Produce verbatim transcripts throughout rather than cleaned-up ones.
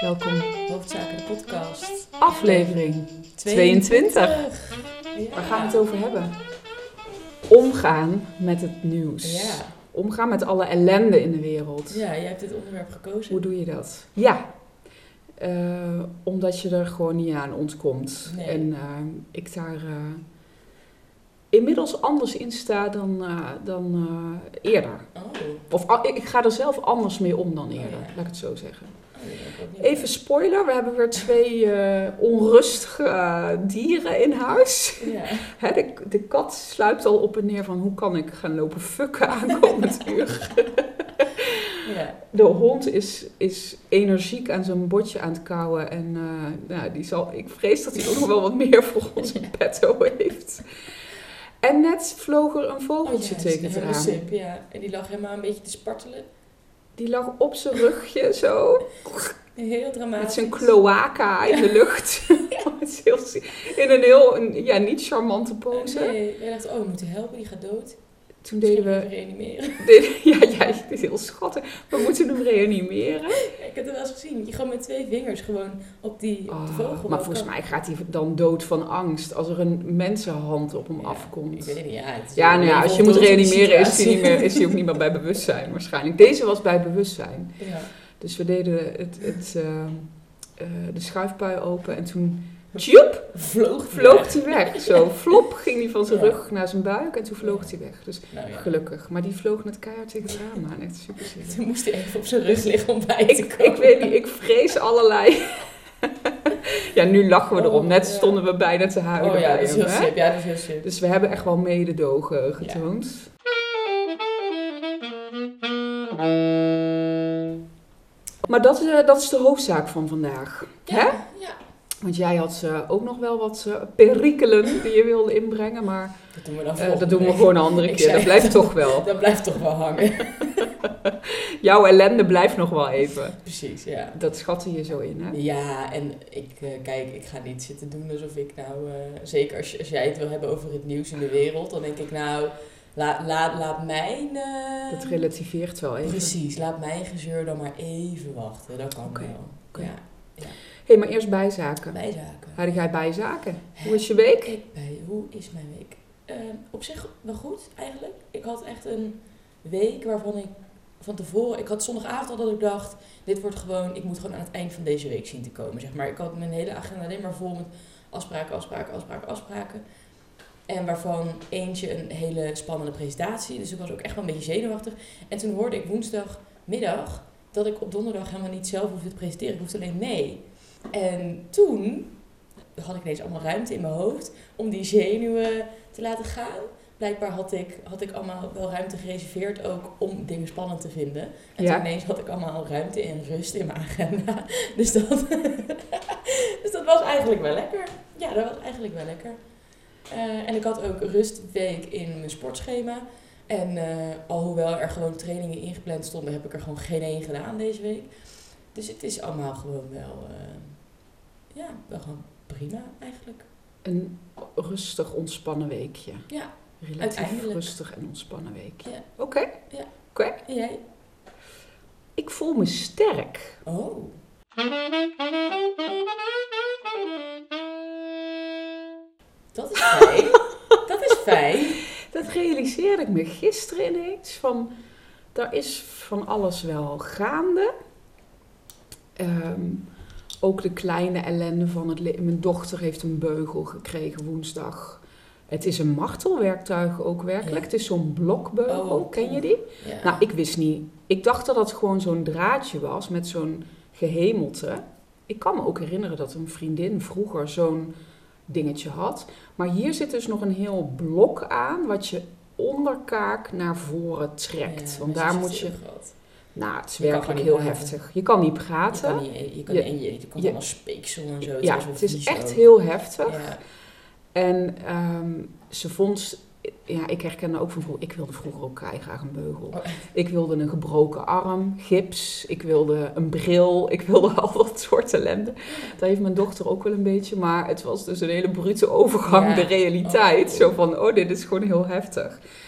Welkom. Hoofdzaken de podcast. Aflevering tweeëntwintig. Ja. Waar gaan we het over hebben? Omgaan met het nieuws. Ja. Omgaan met alle ellende in de wereld. Ja, jij hebt dit onderwerp gekozen. Hoe doe je dat? Ja. Uh, omdat je er gewoon niet aan ontkomt. Nee. En uh, ik daar uh, inmiddels anders in sta dan, uh, dan uh, eerder. Oh. Of uh, ik ga er zelf anders mee om dan eerder, Oh, ja. laat ik het zo zeggen. Oh, Even spoiler, we hebben weer twee uh, onrustige uh, dieren in huis. Ja. Hè, de, de kat sluipt al op en neer van hoe kan ik gaan lopen fucken aankomend uur. Ja. De hond is, is energiek aan zijn botje aan het kauwen en uh, nou, die zal, ik vrees dat hij ook nog wel wat meer voor ons in petto heeft. En net vloog er een vogeltje oh, ja, tegen het raam. Sip, ja. En die lag helemaal een beetje te spartelen. Die lag op zijn rugje zo. Heel dramatisch. Met zijn cloaca in de lucht. In een heel, een, ja, niet charmante pose. Nee, jij dacht, oh, we moeten helpen, die gaat dood. Toen deden we... reanimeren. Deden, ja, ja, het is heel schattig. We moeten hem reanimeren. Ja, ik heb het wel eens gezien. Je gaat met twee vingers gewoon op die oh, op de vogel. Maar volgens mij gaat hij dan dood van angst als er een mensenhand op hem ja, afkomt. Ik weet niet, ja. Het is ja, nou ja, als je moet reanimeren is hij, niet meer, is hij ook niet meer bij bewustzijn waarschijnlijk. Deze was bij bewustzijn. Ja. Dus we deden het, het, uh, uh, de schuifpui open en toen... Tjoep, vloog, vloog hij weg. Zo, flop ging hij van zijn ja. rug naar zijn buik en toen vloog hij weg. Dus nou ja. gelukkig. Maar die vloog met keihard tegen het raam aan. Echt super zielig. Toen moest hij even op zijn rug liggen om bij ik, te komen. Ik weet niet, ik vrees allerlei. Ja, nu lachen we erom. Net oh, ja. stonden we bijna te huilen. Oh ja, bij dat is hem, heel hè? sip. Ja, dat is heel sip. Dus we hebben echt wel mededogen getoond. Ja. Maar dat, uh, dat is de hoofdzaak van vandaag. Ja, hè? Ja. Want jij had uh, ook nog wel wat uh, perikelen die je wilde inbrengen, maar dat doen we, dan uh, dat doen we gewoon een andere keer. Zei, dat blijft toch wel. Dat blijft toch wel hangen. Jouw ellende blijft nog wel even. Precies, ja. Dat schatte je zo in, hè? Ja, en ik, uh, kijk, ik ga niet zitten doen alsof ik nou, uh, zeker als, als jij het wil hebben over het nieuws in de wereld, dan denk ik nou, laat, laat, laat mijn... Uh, dat relativeert wel even. Precies, laat mijn gezeur dan maar even wachten. Dat kan okay. wel. Okay. Ja. Ja. Hé, hey, maar eerst bijzaken. Bijzaken. Had jij bijzaken? Hoe is je week? Ik bij, hoe is mijn week? Uh, op zich wel goed, eigenlijk. Ik had echt een week waarvan ik van tevoren... Ik had zondagavond al dat ik dacht... Dit wordt gewoon... Ik moet gewoon aan het eind van deze week zien te komen, zeg maar. Ik had mijn hele agenda alleen maar vol met afspraken, afspraken, afspraken, afspraken. En waarvan eentje een hele spannende presentatie. Dus ik was ook echt wel een beetje zenuwachtig. En toen hoorde ik woensdagmiddag dat ik op donderdag helemaal niet zelf hoefde te presenteren. Ik hoefde alleen mee. En toen had ik ineens allemaal ruimte in mijn hoofd om die zenuwen te laten gaan. Blijkbaar had ik, had ik allemaal wel ruimte gereserveerd ook om dingen spannend te vinden. En ja. toen ineens had ik allemaal ruimte en rust in mijn agenda. Dus dat, dus dat was eigenlijk wel lekker. Ja, dat was eigenlijk wel lekker. Uh, en ik had ook rustweek in mijn sportschema. En uh, alhoewel er gewoon trainingen ingepland stonden, heb ik er gewoon geen één gedaan deze week. Dus het is allemaal gewoon wel, uh, ja, wel gewoon prima eigenlijk. Een rustig ontspannen weekje. Ja, relatief rustig en ontspannen weekje. Ja. Oké. Okay. Ja. Oké. Okay. En jij? Ik voel me sterk. Oh. Dat is fijn. Dat is fijn. Dat realiseerde ik me gisteren ineens. Van, er is van alles wel gaande. Um, ook de kleine ellende van het leven. Mijn dochter heeft een beugel gekregen woensdag. Het is een martelwerktuig ook werkelijk. Ja. Het is zo'n blokbeugel. Oh, ken je die? Ja. Nou, ik wist niet. Ik dacht dat dat gewoon zo'n draadje was met zo'n gehemelte. Ik kan me ook herinneren dat een vriendin vroeger zo'n dingetje had. Maar hier zit dus nog een heel blok aan wat je onderkaak naar voren trekt. Ja, want daar moet je... Groot. Nou, het is je werkelijk heel praten. heftig. Je kan niet praten. Je kan niet, je kan je, niet, je, je kan allemaal speeksel en zo. Het ja, is het is echt ook. heel heftig. Ja. En um, ze vond... Ja, ik herkende ook van vroeger... Ik wilde vroeger ook graag een beugel. Oh. Ik wilde een gebroken arm, gips. Ik wilde een bril. Ik wilde al dat soort ellende. Dat heeft mijn dochter ook wel een beetje. Maar het was dus een hele brute overgang, ja. de realiteit. Oh. Zo van, oh, dit is gewoon heel heftig.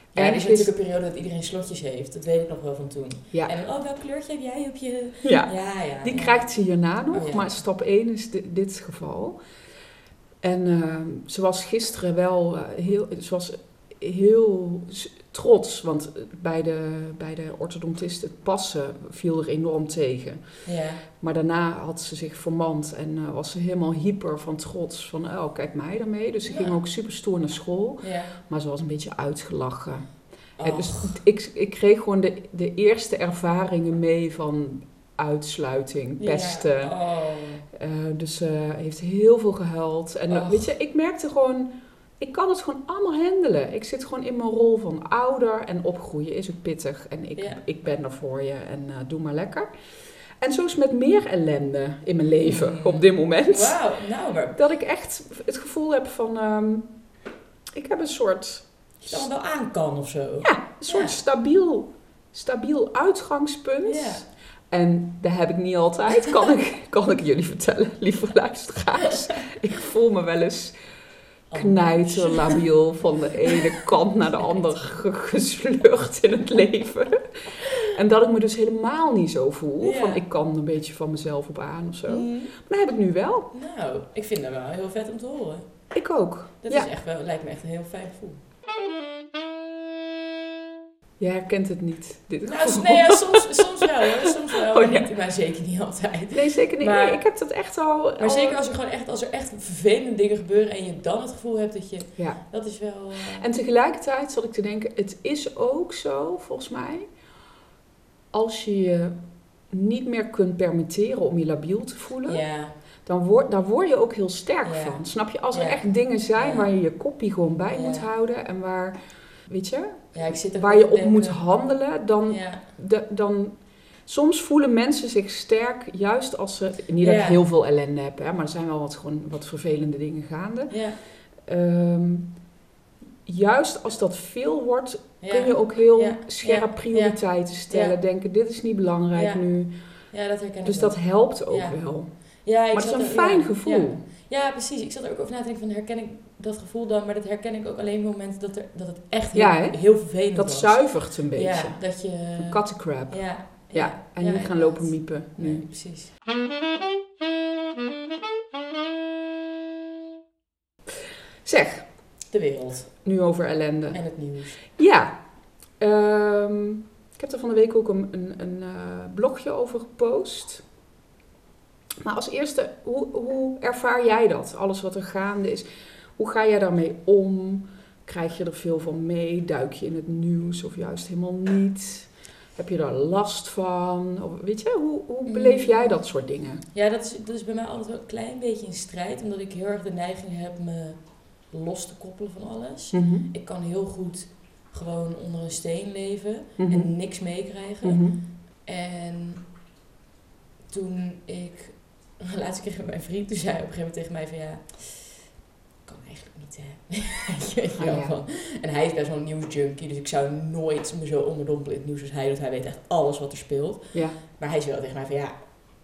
Ja, er is ergens- natuurlijk een periode dat iedereen slotjes heeft. Dat weet ik nog wel van toen. Ja, En oh, welk kleurtje heb jij op je... ja. Ja, ja. Die ja. krijgt ze hierna nog, Oh, ja. maar stap één is di- dit geval. En uh, ze was gisteren wel uh, heel, ze was heel s- trots, want bij de, bij de orthodontist het passen viel er enorm tegen. Ja. Maar daarna had ze zich vermand en uh, was ze helemaal hyper van trots. Van, oh, kijk mij daarmee. Dus ze Ja. ging ook super stoer naar school, Ja. maar ze was een beetje uitgelachen. Och. En dus ik, ik kreeg gewoon de, de eerste ervaringen mee van uitsluiting, pesten. Ja. Oh. Uh, dus ze heeft heel veel gehuild. En uh, Och. weet je, ik merkte gewoon, ik kan het gewoon allemaal handelen. Ik zit gewoon in mijn rol van ouder en opgroeien is ook pittig. En ik, Ja. ik ben er voor je en uh, doe maar lekker. En zo is het met meer ellende in mijn leven Mm. op dit moment. Wauw, nou maar... Dat ik echt het gevoel heb van, um, ik heb een soort... Je het allemaal wel aan kan of zo. Ja, een soort Ja. stabiel, stabiel uitgangspunt. Ja. En dat heb ik niet altijd, kan ik, kan ik jullie vertellen, lieve luisteraars. Ik voel me wel eens knijterlabiel van de ene kant naar de andere ge- gesleurd in het leven. En dat ik me dus helemaal niet zo voel, Ja. van ik kan een beetje van mezelf op aan of zo. Mm. Maar dat heb ik nu wel. Nou, ik vind dat wel heel vet om te horen. Ik ook. Dat Ja. is echt wel, lijkt me echt een heel fijn gevoel. Je herkent het niet, dit Nou, gevoel. nee, ja, soms, soms wel hoor, soms wel, Oh, maar, ja. niet, maar zeker niet altijd. Nee, zeker niet. Maar- Nee, ik heb dat echt al... Maar al- zeker als er gewoon echt, als er echt vervelende dingen gebeuren en je dan het gevoel hebt dat je, Ja. dat is wel... Uh, En tegelijkertijd zat ik te denken, het is ook zo, volgens mij, als je je niet meer kunt permitteren om je labiel te voelen, ja, dan word, daar word je ook heel sterk Ja. van. Snap je? Als er Ja. echt dingen zijn Ja. waar je je kopie gewoon bij Ja. moet houden en waar, weet je, ja, ik zit er waar gewoon je te op moet denken- handelen, dan, Ja, de, dan... Soms voelen mensen zich sterk, juist als ze... Niet dat Ja. ik heel veel ellende heb, hè, maar er zijn wel wat, gewoon wat vervelende dingen gaande. ja, Ehm, juist als dat veel wordt, ja. kun je ook heel Ja. scherp Ja. prioriteiten stellen. Ja. Denken, dit is niet belangrijk Ja. nu. Ja, dat herken ik Dus wel. dat helpt ook Ja. wel. Ja, ik Maar het is zat een er- fijn ja, gevoel. Ja. Ja, precies. Ik zat er ook over na te denken van, herken ik dat gevoel dan? Maar dat herken ik ook alleen op het moment dat, er, dat het echt heel, Ja, hè? heel vervelend Dat was. zuivert een beetje. Ja, dat je... Een kattencrab. Ja. Ja, Ja. En ja, niet gaan inderdaad. lopen miepen nu. Nee, precies. Zeg, De wereld nu over ellende. en het nieuws. Ja. Ehm, ik heb er van de week ook een, een, een eh, blogje over gepost. Maar als eerste, hoe, hoe ervaar jij dat? Alles wat er gaande is. Hoe ga jij daarmee om? Krijg je er veel van mee? Duik je in het nieuws of juist helemaal niet? Heb je daar last van? Of, weet je, hoe, hoe beleef jij dat soort dingen? Ja, dat is, dat is bij mij altijd wel een klein beetje een strijd. Omdat ik heel erg de neiging heb me los te koppelen van alles. Mhm. Ik kan heel goed gewoon onder een steen leven Mhm. en niks meekrijgen. Mhm. En toen ik... Laatst kreeg ik met mijn vriend, toen zei hij op een gegeven moment tegen mij van ja... Kan eigenlijk niet, hè. Weet je wel, Ah, ja. van. En hij is best wel een nieuwsjunkie, dus ik zou nooit me zo onderdompelen in het nieuws als hij doet. Hij weet echt alles wat er speelt. Ja. Maar hij zei wel tegen mij van ja...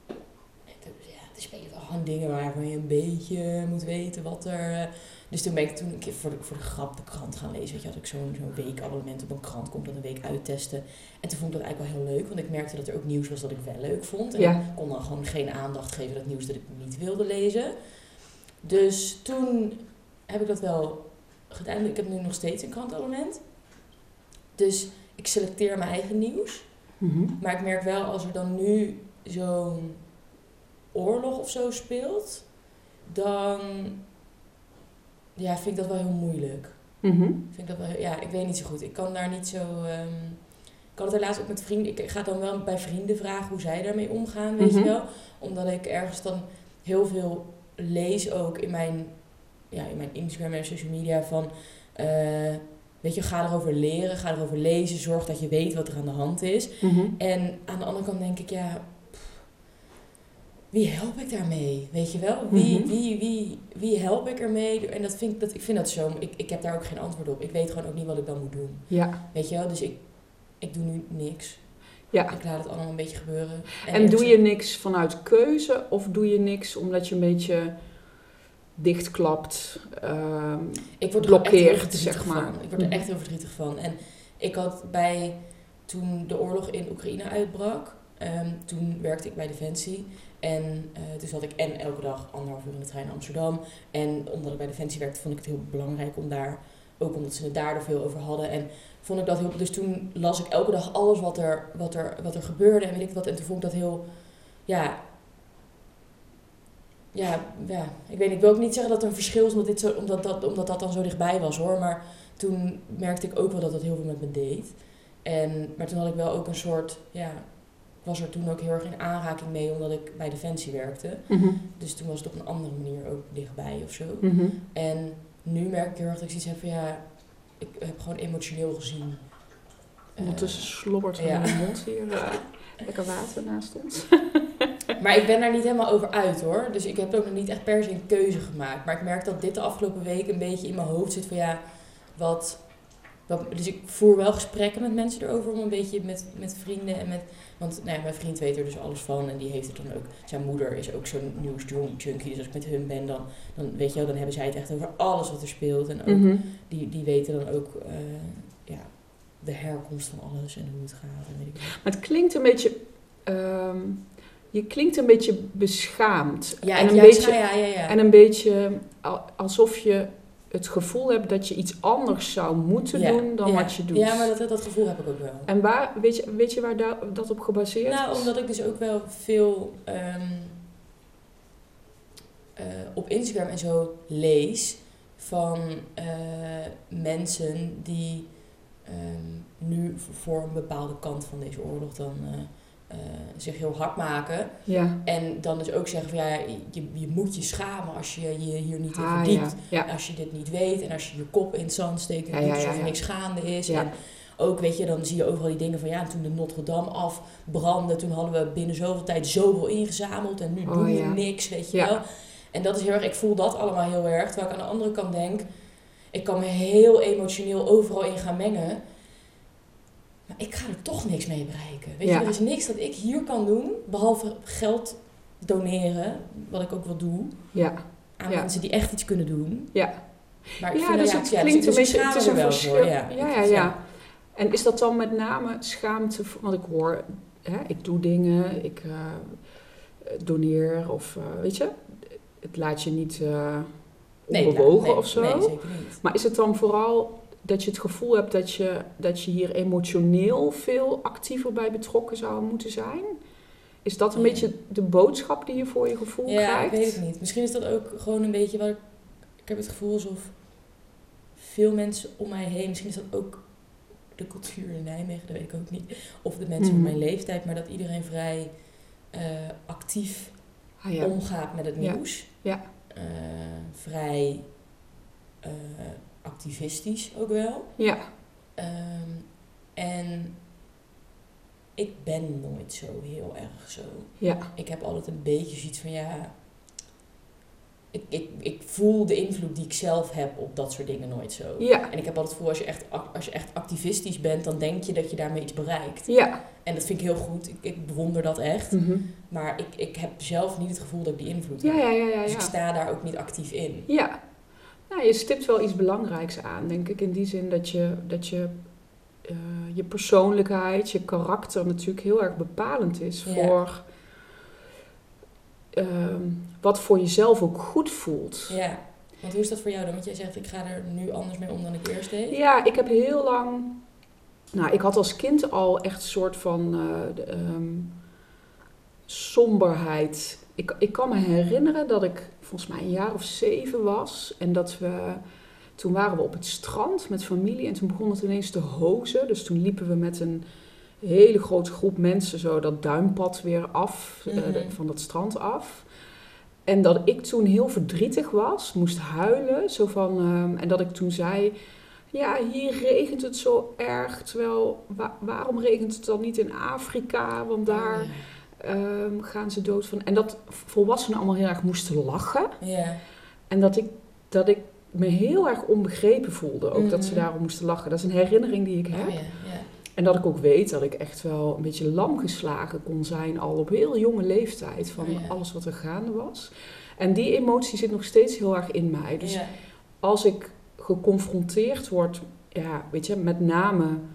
ja er spelen wel gewoon dingen waarvan je een beetje moet weten wat er... eh, Dus toen ben ik toen een keer voor de, voor de grap de krant gaan lezen. Weet je, had ik zo'n zo'n weekabonnement op een krant, kon ik dat een week uittesten. En toen vond ik dat eigenlijk wel heel leuk, want ik merkte dat er ook nieuws was dat ik wel leuk vond. En Ja. ik kon dan gewoon geen aandacht geven aan het nieuws dat ik niet wilde lezen. Dus toen heb ik dat wel gedaan. Ik heb nu nog steeds een krantabonnement. Dus ik selecteer mijn eigen nieuws. Mhm. Maar ik merk wel, als er dan nu zo'n oorlog of zo speelt, dan ja, vind ik dat wel heel moeilijk. Mhm. Vind ik dat wel, heel- ja, ik weet niet zo goed. Ik kan daar niet zo... ehm, ik had het er laatst ook met vrienden... Ik ga dan wel bij vrienden vragen hoe zij daarmee omgaan, weet Mhm. je wel. Omdat ik ergens dan heel veel lees ook in mijn, ja, in mijn Instagram en social media van... eh, weet je, ga erover leren, ga erover lezen. Zorg dat je weet wat er aan de hand is. Mhm. En aan de andere kant denk ik, ja... pff, wie help ik daarmee? Weet je wel? Wie, Mhm. wie, wie, wie help ik ermee? En dat vind ik, dat, ik vind dat zo... Ik, ik heb daar ook geen antwoord op. Ik weet gewoon ook niet wat ik dan moet doen. Ja. Weet je wel? Dus ik, ik doe nu niks. Ja. Ik laat het allemaal een beetje gebeuren. En ik- doe je niks vanuit keuze of doe je niks omdat je een beetje dichtklapt? ehm, ik word er gewoon echt heel blokkeert, verdrietig zeg maar. van. Ik word er Mhm. echt heel verdrietig van. En ik had bij, toen de oorlog in Oekraïne uitbrak, um, toen werkte ik bij Defensie. En uh, toen zat ik en elke dag anderhalf uur in de trein naar Amsterdam. En omdat ik bij Defensie werkte, vond ik het heel belangrijk om daar, ook omdat ze het daar er veel over hadden. En vond ik dat heel, dus toen las ik elke dag alles wat er, wat er, wat er gebeurde en weet ik wat. En toen vond ik dat heel, ja, ja, ja, ik weet niet, ik wil ook niet zeggen dat er een verschil is omdat, dit zo, omdat, dat, omdat dat dan zo dichtbij was hoor. Maar toen merkte ik ook wel dat dat heel veel met me deed. En, maar toen had ik wel ook een soort, ja, ik was er toen ook heel erg in aanraking mee omdat ik bij Defensie werkte. Mm-hmm. Dus toen was het op een andere manier ook dichtbij of zo. Mm-hmm. En nu merk ik heel erg dat ik zoiets heb van ja, ik heb gewoon emotioneel gezien. Ondertussen slobbert er ja. in mijn mond hier uh, lekker water naast ons. Maar ik ben daar niet helemaal over uit hoor. Dus ik heb ook nog niet echt per se een keuze gemaakt. Maar ik merk dat dit de afgelopen week een beetje in mijn hoofd zit van ja, wat... wat dus ik voer wel gesprekken met mensen erover om een beetje met, met vrienden en met... Want nou ja, mijn vriend weet er dus alles van en die heeft het dan ook... Zijn moeder is ook zo'n nieuwsjunkie, dus als ik met hun ben dan, dan weet je wel, dan hebben zij het echt over alles wat er speelt. En ook, Mm-hmm. die, die weten dan ook uh, ja, de herkomst van alles en hoe het gaat en weet ik wat. Maar het klinkt een beetje... Um, je klinkt een beetje beschaamd. Ja, en, een ja, beetje, ja, ja, ja. en een beetje alsof je het gevoel hebt dat je iets anders zou moeten ja, doen dan ja. wat je doet. Ja, maar dat, dat gevoel heb ik ook wel. En waar, weet je, weet je waar da- dat op gebaseerd nou, is? omdat ik dus ook wel veel um, uh, op Instagram en zo lees van uh, mensen die um, nu voor een bepaalde kant van deze oorlog dan uh, uh, zich heel hard maken. Ja. En dan dus ook zeggen van ja, je, je moet je schamen als je je hier niet in Ah, verdiept. ja. Ja. Als je dit niet weet en als je je kop in het zand steekt en Ja, doet ja, alsof ja, er ja. niks gaande is. Ja. En ook, weet je, dan zie je overal die dingen van ja, toen de Notre Dame afbrandde, toen hadden we binnen zoveel tijd zoveel ingezameld en nu Oh, doen we ja. niks, weet je Ja. wel. En dat is heel erg, ik voel dat allemaal heel erg. Terwijl ik aan de andere kant denk, ik kan me heel emotioneel overal in gaan mengen. Maar ik ga er toch niks mee bereiken. Weet Ja. je, er is niks dat ik hier kan doen, behalve geld doneren, wat ik ook wel doe, Ja. aan Ja. mensen die echt iets kunnen doen. Ja. Maar ik Ja, vind dus ja, het ja, klinkt dus, een dus beetje... ik Het is schaam een er wel verschil. voor, ja. Ja, Ik- ja, ja. En is dat dan met name schaamte? Want ik hoor, hè, ik doe dingen, ik uh, doneer of uh, weet je, het laat je niet uh, onbewogen nee, of zo. Nee, zeker niet. Maar is het dan vooral dat je het gevoel hebt dat je, dat je hier emotioneel veel actiever bij betrokken zou moeten zijn? Is dat een Ja. beetje de boodschap die je voor je gevoel Ja, krijgt? ik weet het niet. Misschien is dat ook gewoon een beetje wat ik... Ik heb het gevoel alsof veel mensen om mij heen... Misschien is dat ook de cultuur in Nijmegen, dat weet ik ook niet. Of de mensen Mhm. van mijn leeftijd. Maar dat iedereen vrij uh, actief Ah, ja. omgaat met het Ja. nieuws. Ja. Uh, vrij uh, activistisch ook wel. Ja. Um, en ik ben nooit zo heel erg zo. Ja. Ik heb altijd een beetje zoiets van ja... Ik, ik, ik voel de invloed die ik zelf heb op dat soort dingen nooit zo. Ja. En ik heb altijd het gevoel, als je echt, als je echt activistisch bent, dan denk je dat je daarmee iets bereikt. Ja. En dat vind ik heel goed. Ik, ik bewonder dat echt. Mm-hmm. Maar ik, ik heb zelf niet het gevoel dat ik die invloed Ja, heb. ja, ja, ja, Dus ja. ik sta daar ook niet actief in. Ja. Nou, je stipt wel iets belangrijks aan, denk ik. In die zin dat je, dat je, uh, je persoonlijkheid, je karakter natuurlijk heel erg bepalend is Ja. voor uh, wat voor jezelf ook goed voelt. Ja. Want hoe is dat voor jou dan? Want jij zegt, ik ga er nu anders mee om dan ik eerst deed. Ja, ik heb heel lang... Nou, ik had als kind al echt een soort van uh, de, um, somberheid. Ik, ik kan me herinneren dat ik volgens mij een jaar of zeven was. En dat we... Toen waren we op het strand met familie en toen begon het ineens te hozen. Dus toen liepen we met een hele grote groep mensen zo dat duimpad weer af, mm-hmm. uh, van dat strand af. En dat ik toen heel verdrietig was, moest huilen. Zo van, um, en dat ik toen zei, ja, hier regent het zo erg. Terwijl, wa- waarom regent het dan niet in Afrika? Want daar Oh, ja. um, gaan ze dood van. En dat volwassenen allemaal heel erg moesten lachen. Ja. En dat ik, dat ik me heel erg onbegrepen voelde. Ook mm-hmm. dat ze daarom moesten lachen. Dat is een herinnering die ik heb. Oh, ja, ja. En dat ik ook weet dat ik echt wel een beetje lam geslagen kon zijn. Al op heel jonge leeftijd. Van oh, ja. alles wat er gaande was. En die emotie zit nog steeds heel erg in mij. Dus ja. als ik geconfronteerd word, ja, weet je, met name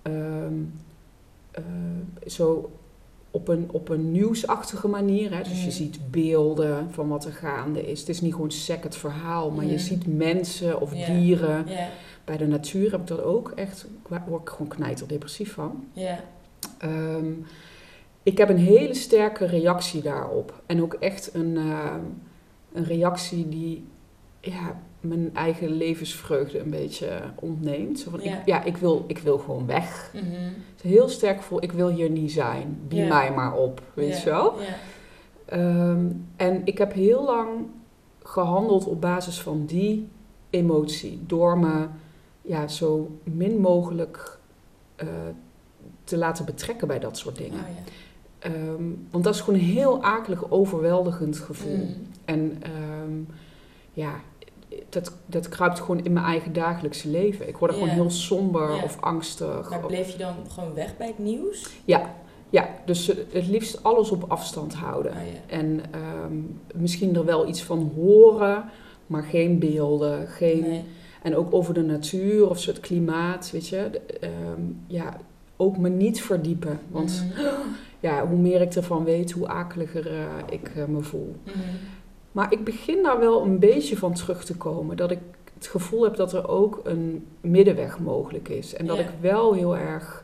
um, uh, zo op een, op een nieuwsachtige manier. Hè? Dus mm. je ziet beelden van wat er gaande is. Het is niet gewoon sec het verhaal, maar mm. je ziet mensen of yeah. dieren. Yeah. Bij de natuur heb ik dat ook echt, daar word ik gewoon knijterdepressief van. Yeah. Um, ik heb een hele sterke reactie daarop. En ook echt een, uh, een reactie die ja, mijn eigen levensvreugde een beetje ontneemt. Zo van, yeah. ik, ja, ik wil, ik wil gewoon weg. Mm-hmm. Het is heel sterk gevoel, ik wil hier niet zijn. Bied yeah. mij maar op, weet yeah. je wel. Yeah. Um, en ik heb heel lang gehandeld op basis van die emotie. Door me ja, zo min mogelijk uh, te laten betrekken bij dat soort dingen. Oh, yeah. Um, want dat is gewoon een heel akelig, overweldigend gevoel. Mm. En um, ja, dat, dat kruipt gewoon in mijn eigen dagelijkse leven. Ik word er yeah. gewoon heel somber yeah. of angstig. Maar bleef je dan gewoon weg bij het nieuws? Ja, ja, dus het liefst alles op afstand houden. Oh, yeah. En um, misschien er wel iets van horen, maar geen beelden. Geen, nee. En ook over de natuur of zo het klimaat, weet je. De, um, ja, ook me niet verdiepen. Want mm. ja, hoe meer ik ervan weet, hoe akeliger uh, ik uh, me voel. Mm. Maar ik begin daar wel een beetje van terug te komen. Dat ik het gevoel heb dat er ook een middenweg mogelijk is. En dat yeah. ik wel heel erg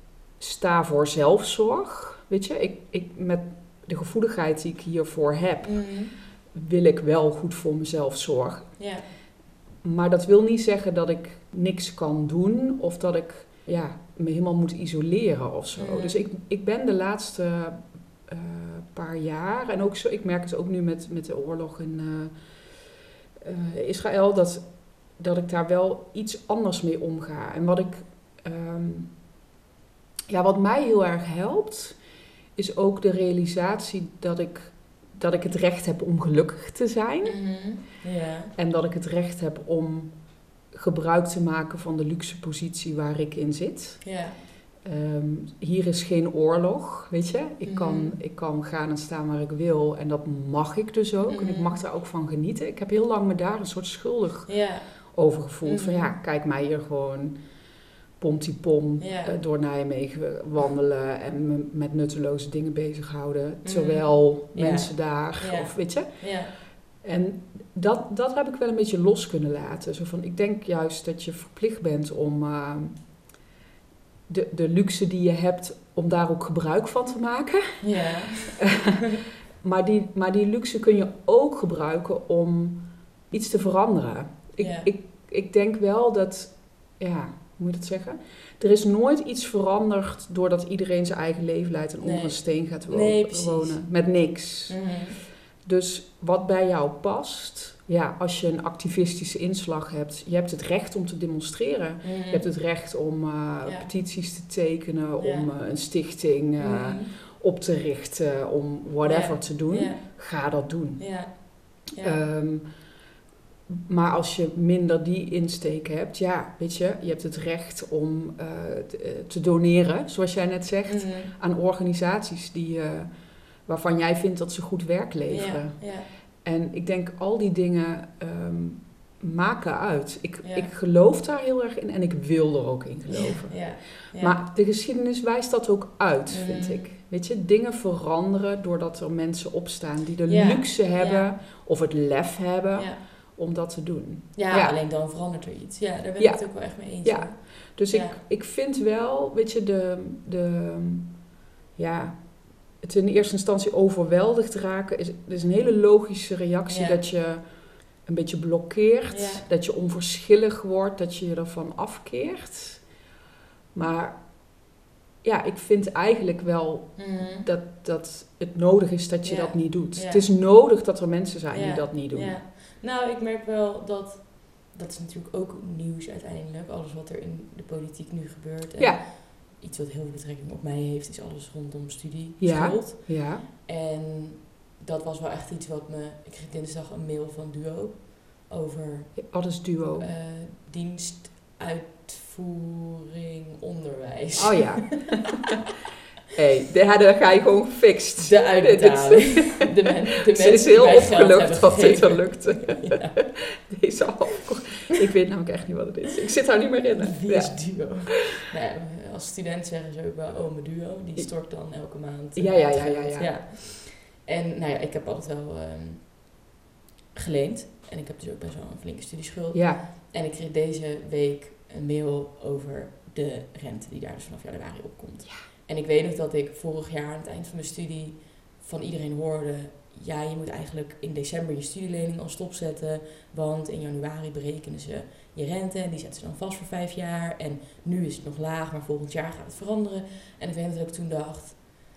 sta voor zelfzorg. Weet je, ik, ik, met de gevoeligheid die ik hiervoor heb, mm. wil ik wel goed voor mezelf zorgen. Yeah. Maar dat wil niet zeggen dat ik niks kan doen of dat ik ja, me helemaal moet isoleren of zo. Mm. Dus ik, ik ben de laatste uh, paar jaar, en ook zo, ik merk het ook nu met, met de oorlog in uh, uh, Israël, dat, dat ik daar wel iets anders mee omga. En wat ik, um, ja, wat mij heel erg helpt, is ook de realisatie dat ik, dat ik het recht heb om gelukkig te zijn. Mm-hmm. Yeah. En dat ik het recht heb om gebruik te maken van de luxe positie waar ik in zit. Yeah. Um, hier is geen oorlog, weet je. Ik, Mm-hmm. kan, ik kan gaan en staan waar ik wil en dat mag ik dus ook. Mm-hmm. En ik mag daar ook van genieten. Ik heb heel lang me daar een soort schuldig yeah. over gevoeld. Mm-hmm. Van ja, kijk mij hier gewoon pomtiepom yeah. uh, door Nijmegen wandelen en me met nutteloze dingen bezighouden. Mm-hmm. Terwijl yeah. mensen daar, yeah. of weet je. Yeah. En dat, dat heb ik wel een beetje los kunnen laten. Zo van, ik denk juist dat je verplicht bent om uh, de, de luxe die je hebt, om daar ook gebruik van te maken. Ja. maar, die, maar die luxe kun je ook gebruiken om iets te veranderen. Ik, ja. ik, ik denk wel dat, ja, hoe moet je dat zeggen? Er is nooit iets veranderd doordat iedereen zijn eigen leven leidt en nee. onder een steen gaat wonen. Nee, wonen met niks. Mm-hmm. Dus wat bij jou past, ja, als je een activistische inslag hebt, je hebt het recht om te demonstreren. Mm-hmm. Je hebt het recht om uh, ja. petities te tekenen, ja. om uh, een stichting uh, mm-hmm. op te richten, om whatever ja. te doen. Ja. Ga dat doen. Ja. Ja. Um, maar als je minder die insteek hebt, ja, weet je, je hebt het recht om uh, te, te doneren, zoals jij net zegt, mm-hmm. aan organisaties die... Uh, waarvan jij vindt dat ze goed werk leveren. Ja, ja. En ik denk, al die dingen um, maken uit. Ik, ja. ik geloof daar heel erg in en ik wil er ook in geloven. Ja, ja. Maar de geschiedenis wijst dat ook uit, mm. vind ik. Weet je, dingen veranderen doordat er mensen opstaan die de ja. luxe hebben ja. of het lef hebben ja. om dat te doen. Ja, ja. alleen dan verandert er iets. Ja, daar ben ja. ik het ook wel echt mee eens. Ja. Hoor. Dus ja. ik, ik vind wel, weet je, de... de ja... het in eerste instantie overweldigd raken is, is een hele logische reactie ja. dat je een beetje blokkeert, ja. dat je onverschillig wordt, dat je je ervan afkeert. Maar ja, ik vind eigenlijk wel mm-hmm. dat, dat het nodig is dat je ja. dat niet doet. Ja. Het is nodig dat er mensen zijn ja. die dat niet doen. Ja. Nou, ik merk wel dat, dat is natuurlijk ook nieuws uiteindelijk, alles wat er in de politiek nu gebeurt. En ja. iets wat heel veel betrekking op mij heeft, is alles rondom studie, ja. schuld. Ja. En dat was wel echt iets wat me... Ik kreeg dinsdag een mail van Duo over... Wat is Duo? Uh, dienstuitvoering onderwijs. Oh ja. Hé, hey, daar ga je gewoon gefixt. De uitbetaling. De, men, de mensen Ze is heel die opgelucht wat dit er lukte. Ja. Deze afkorting. Ik weet namelijk echt niet wat het is. Ik zit daar niet meer in. Wie ja. is Duo? Nou, als student zeggen ze ook wel, oh, mijn duo, die stort dan elke maand. Ja, ja, ja, het ja, geld. ja. ja. En nou ja, ik heb altijd wel um, geleend. En ik heb dus ook best wel een flinke studieschuld. Ja. En ik kreeg deze week een mail over de rente die daar dus vanaf januari opkomt. Ja. En ik weet nog dat ik vorig jaar aan het eind van mijn studie van iedereen hoorde, ja, je moet eigenlijk in december je studielening al stopzetten, want in januari berekenen ze je rente en die zetten ze dan vast voor vijf jaar. En nu is het nog laag, maar volgend jaar gaat het veranderen. En ik weet nog dat ik toen dacht,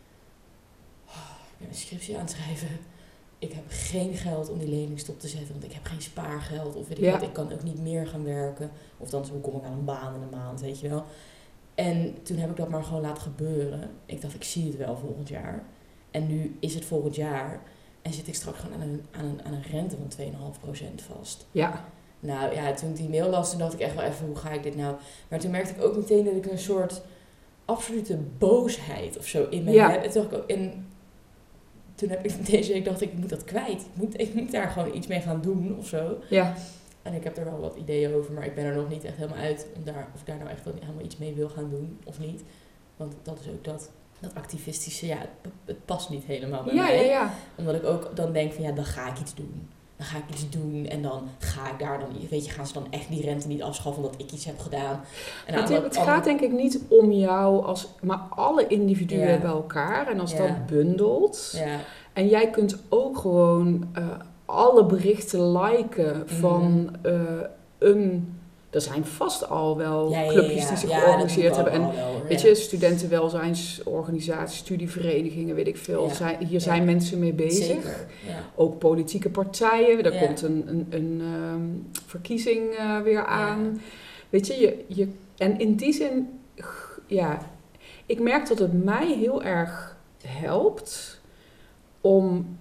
oh, ik ben een scriptie aan het schrijven. Ik heb geen geld om die lening stop te zetten, want ik heb geen spaargeld. Of weet ik Ja. wat, ik kan ook niet meer gaan werken. Of dan hoe kom ik aan een baan in een maand, weet je wel. En toen heb ik dat maar gewoon laten gebeuren. Ik dacht, ik zie het wel volgend jaar. En nu is het volgend jaar. En zit ik straks gewoon aan een, aan een, aan een rente van twee komma vijf procent vast. Ja. Nou ja, toen ik die mail las, toen dacht ik echt wel even, hoe ga ik dit nou? Maar toen merkte ik ook meteen dat ik een soort absolute boosheid of zo in me Ja. heb. En toen dacht ik ook, en toen heb ik deze week dacht ik, ik moet dat kwijt. Ik moet, ik moet daar gewoon iets mee gaan doen of zo. Ja. En ik heb er wel wat ideeën over, maar ik ben er nog niet echt helemaal uit om daar, of ik daar nou echt wel helemaal iets mee wil gaan doen of niet. Want dat is ook dat, dat activistische, ja, het, het past niet helemaal bij Ja, mij. ja, ja. Omdat ik ook dan denk van, ja, dan ga ik iets doen. Dan ga ik iets doen en dan ga ik daar dan, weet je, gaan ze dan echt die rente niet afschaffen omdat ik iets heb gedaan. En Het, aan het dat- gaat denk ik niet om jou, als, maar alle individuen Ja. bij elkaar. En als Ja. dat bundelt. Ja, En jij kunt ook gewoon uh, alle berichten liken van uh, een... Er zijn vast al wel ja, ja, clubjes ja, die zich ja, georganiseerd dat doe hebben. ik En al wel, hoor, weet ja. je, studentenwelzijnsorganisaties, studieverenigingen, weet ik veel. Ja. Zijn, hier Ja. zijn mensen mee bezig. Zeker, ja. Ook politieke partijen. Er Ja. komt een, een, een um, verkiezing uh, weer aan. Ja. Weet je, je, je... En in die zin... g- Ja, ik merk dat het mij heel erg helpt om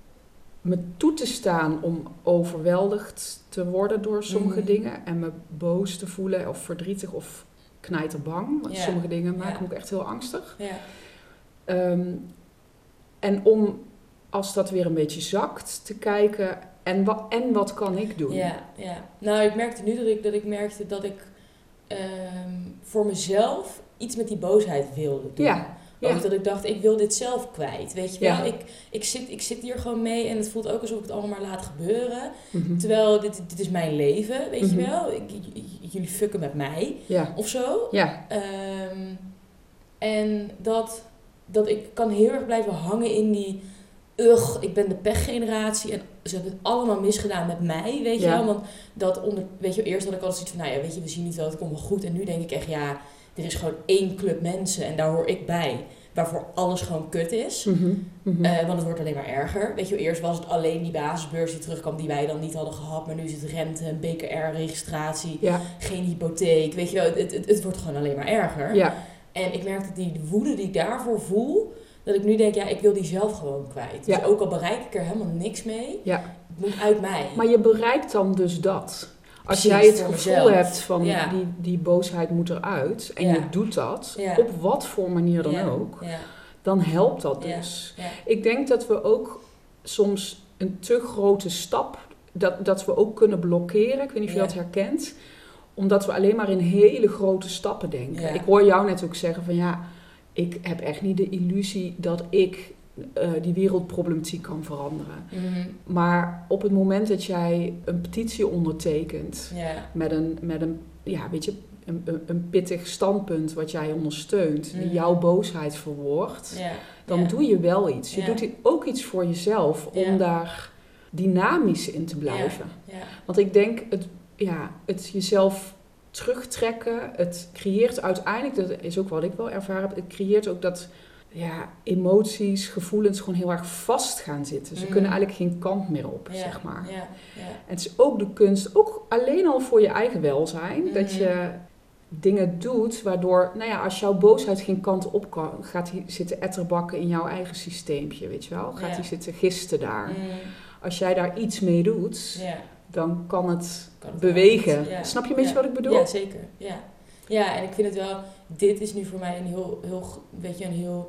me toe te staan om overweldigd te worden door sommige Mhm. dingen. En me boos te voelen of verdrietig of knijterbang. Want Ja. sommige dingen maken Ja. me ook echt heel angstig. Ja. Um, en om, als dat weer een beetje zakt, te kijken... En, wa- en wat kan ik doen? Ja, ja. Nou, ik merkte nu dat ik, dat ik merkte dat ik um, voor mezelf iets met die boosheid wilde doen. Ja, ja. Ook dat ik dacht, ik wil dit zelf kwijt. Weet je wel, Ja. ik, ik, zit, ik zit hier gewoon mee en het voelt ook alsof ik het allemaal maar laat gebeuren. Mhm. Terwijl dit, dit is mijn leven, weet Mhm. je wel. Ik, j- j- jullie fucken met mij Ja, of zo. ja, Um, en dat, dat ik kan heel erg blijven hangen in die... Ugh, ik ben de pechgeneratie en ze hebben het allemaal misgedaan met mij, weet je Ja. wel. Want dat onder, weet je, eerst had ik altijd zoiets van, nou ja, weet je, we zien het wel, het komt wel goed. En nu denk ik echt, ja, er is gewoon één club mensen en daar hoor ik bij, waarvoor alles gewoon kut is. Mhm. Mhm. Uh, want het wordt alleen maar erger. Weet je, eerst was het alleen die basisbeurs die terugkwam die wij dan niet hadden gehad. Maar nu is het rente, een B K R-registratie, ja, geen hypotheek. Weet je wel, het, het, het wordt gewoon alleen maar erger. ja, En ik merk dat die woede die ik daarvoor voel, dat ik nu denk, ja, ik wil die zelf gewoon kwijt. Ja. Dus ook al bereik ik er helemaal niks mee, ja. het moet uit mij. Maar je bereikt dan dus dat. Als Precies, jij het voor gevoel mezelf. hebt van Ja. die, die boosheid moet eruit en Ja. je doet dat, Ja. op wat voor manier dan Ja, ook, Ja, dan helpt dat Ja. dus. ja, Ik denk dat we ook soms een te grote stap, dat, dat we ook kunnen blokkeren, ik weet niet of je Ja. dat herkent, omdat we alleen maar in hele grote stappen denken. Ja. Ik hoor jou net ook zeggen van ja, ik heb echt niet de illusie dat ik uh, die wereldproblematiek kan veranderen. mhm, Maar op het moment dat jij een petitie ondertekent ja, met een, met een, ja, weet je, een, een, een pittig standpunt wat jij ondersteunt, die Mhm. jouw boosheid verwoordt, ja, dan ja. doe je wel iets. Je Ja. doet ook iets voor jezelf om Ja. daar dynamisch in te blijven. Ja, Want ik denk, het, ja, het jezelf terugtrekken, het creëert uiteindelijk, dat is ook wat ik wel ervaren heb, het creëert ook dat ja, emoties, gevoelens gewoon heel erg vast gaan zitten. Ze Mhm. kunnen eigenlijk geen kant meer op, ja, zeg maar. ja, ja. En het is ook de kunst, ook alleen al voor je eigen welzijn, Mhm. dat je dingen doet waardoor, nou ja, als jouw boosheid geen kant op kan, gaat die zitten etterbakken in jouw eigen systeempje, weet je wel? Gaat Ja. die zitten gisten daar. Mm, Als jij daar iets mee doet, ja. dan kan het Kan het bewegen. wel. Ja. Snap je een beetje Ja. wat ik bedoel? Ja, zeker. Ja. Ja, en ik vind het wel, dit is nu voor mij een heel, heel, weet je, een heel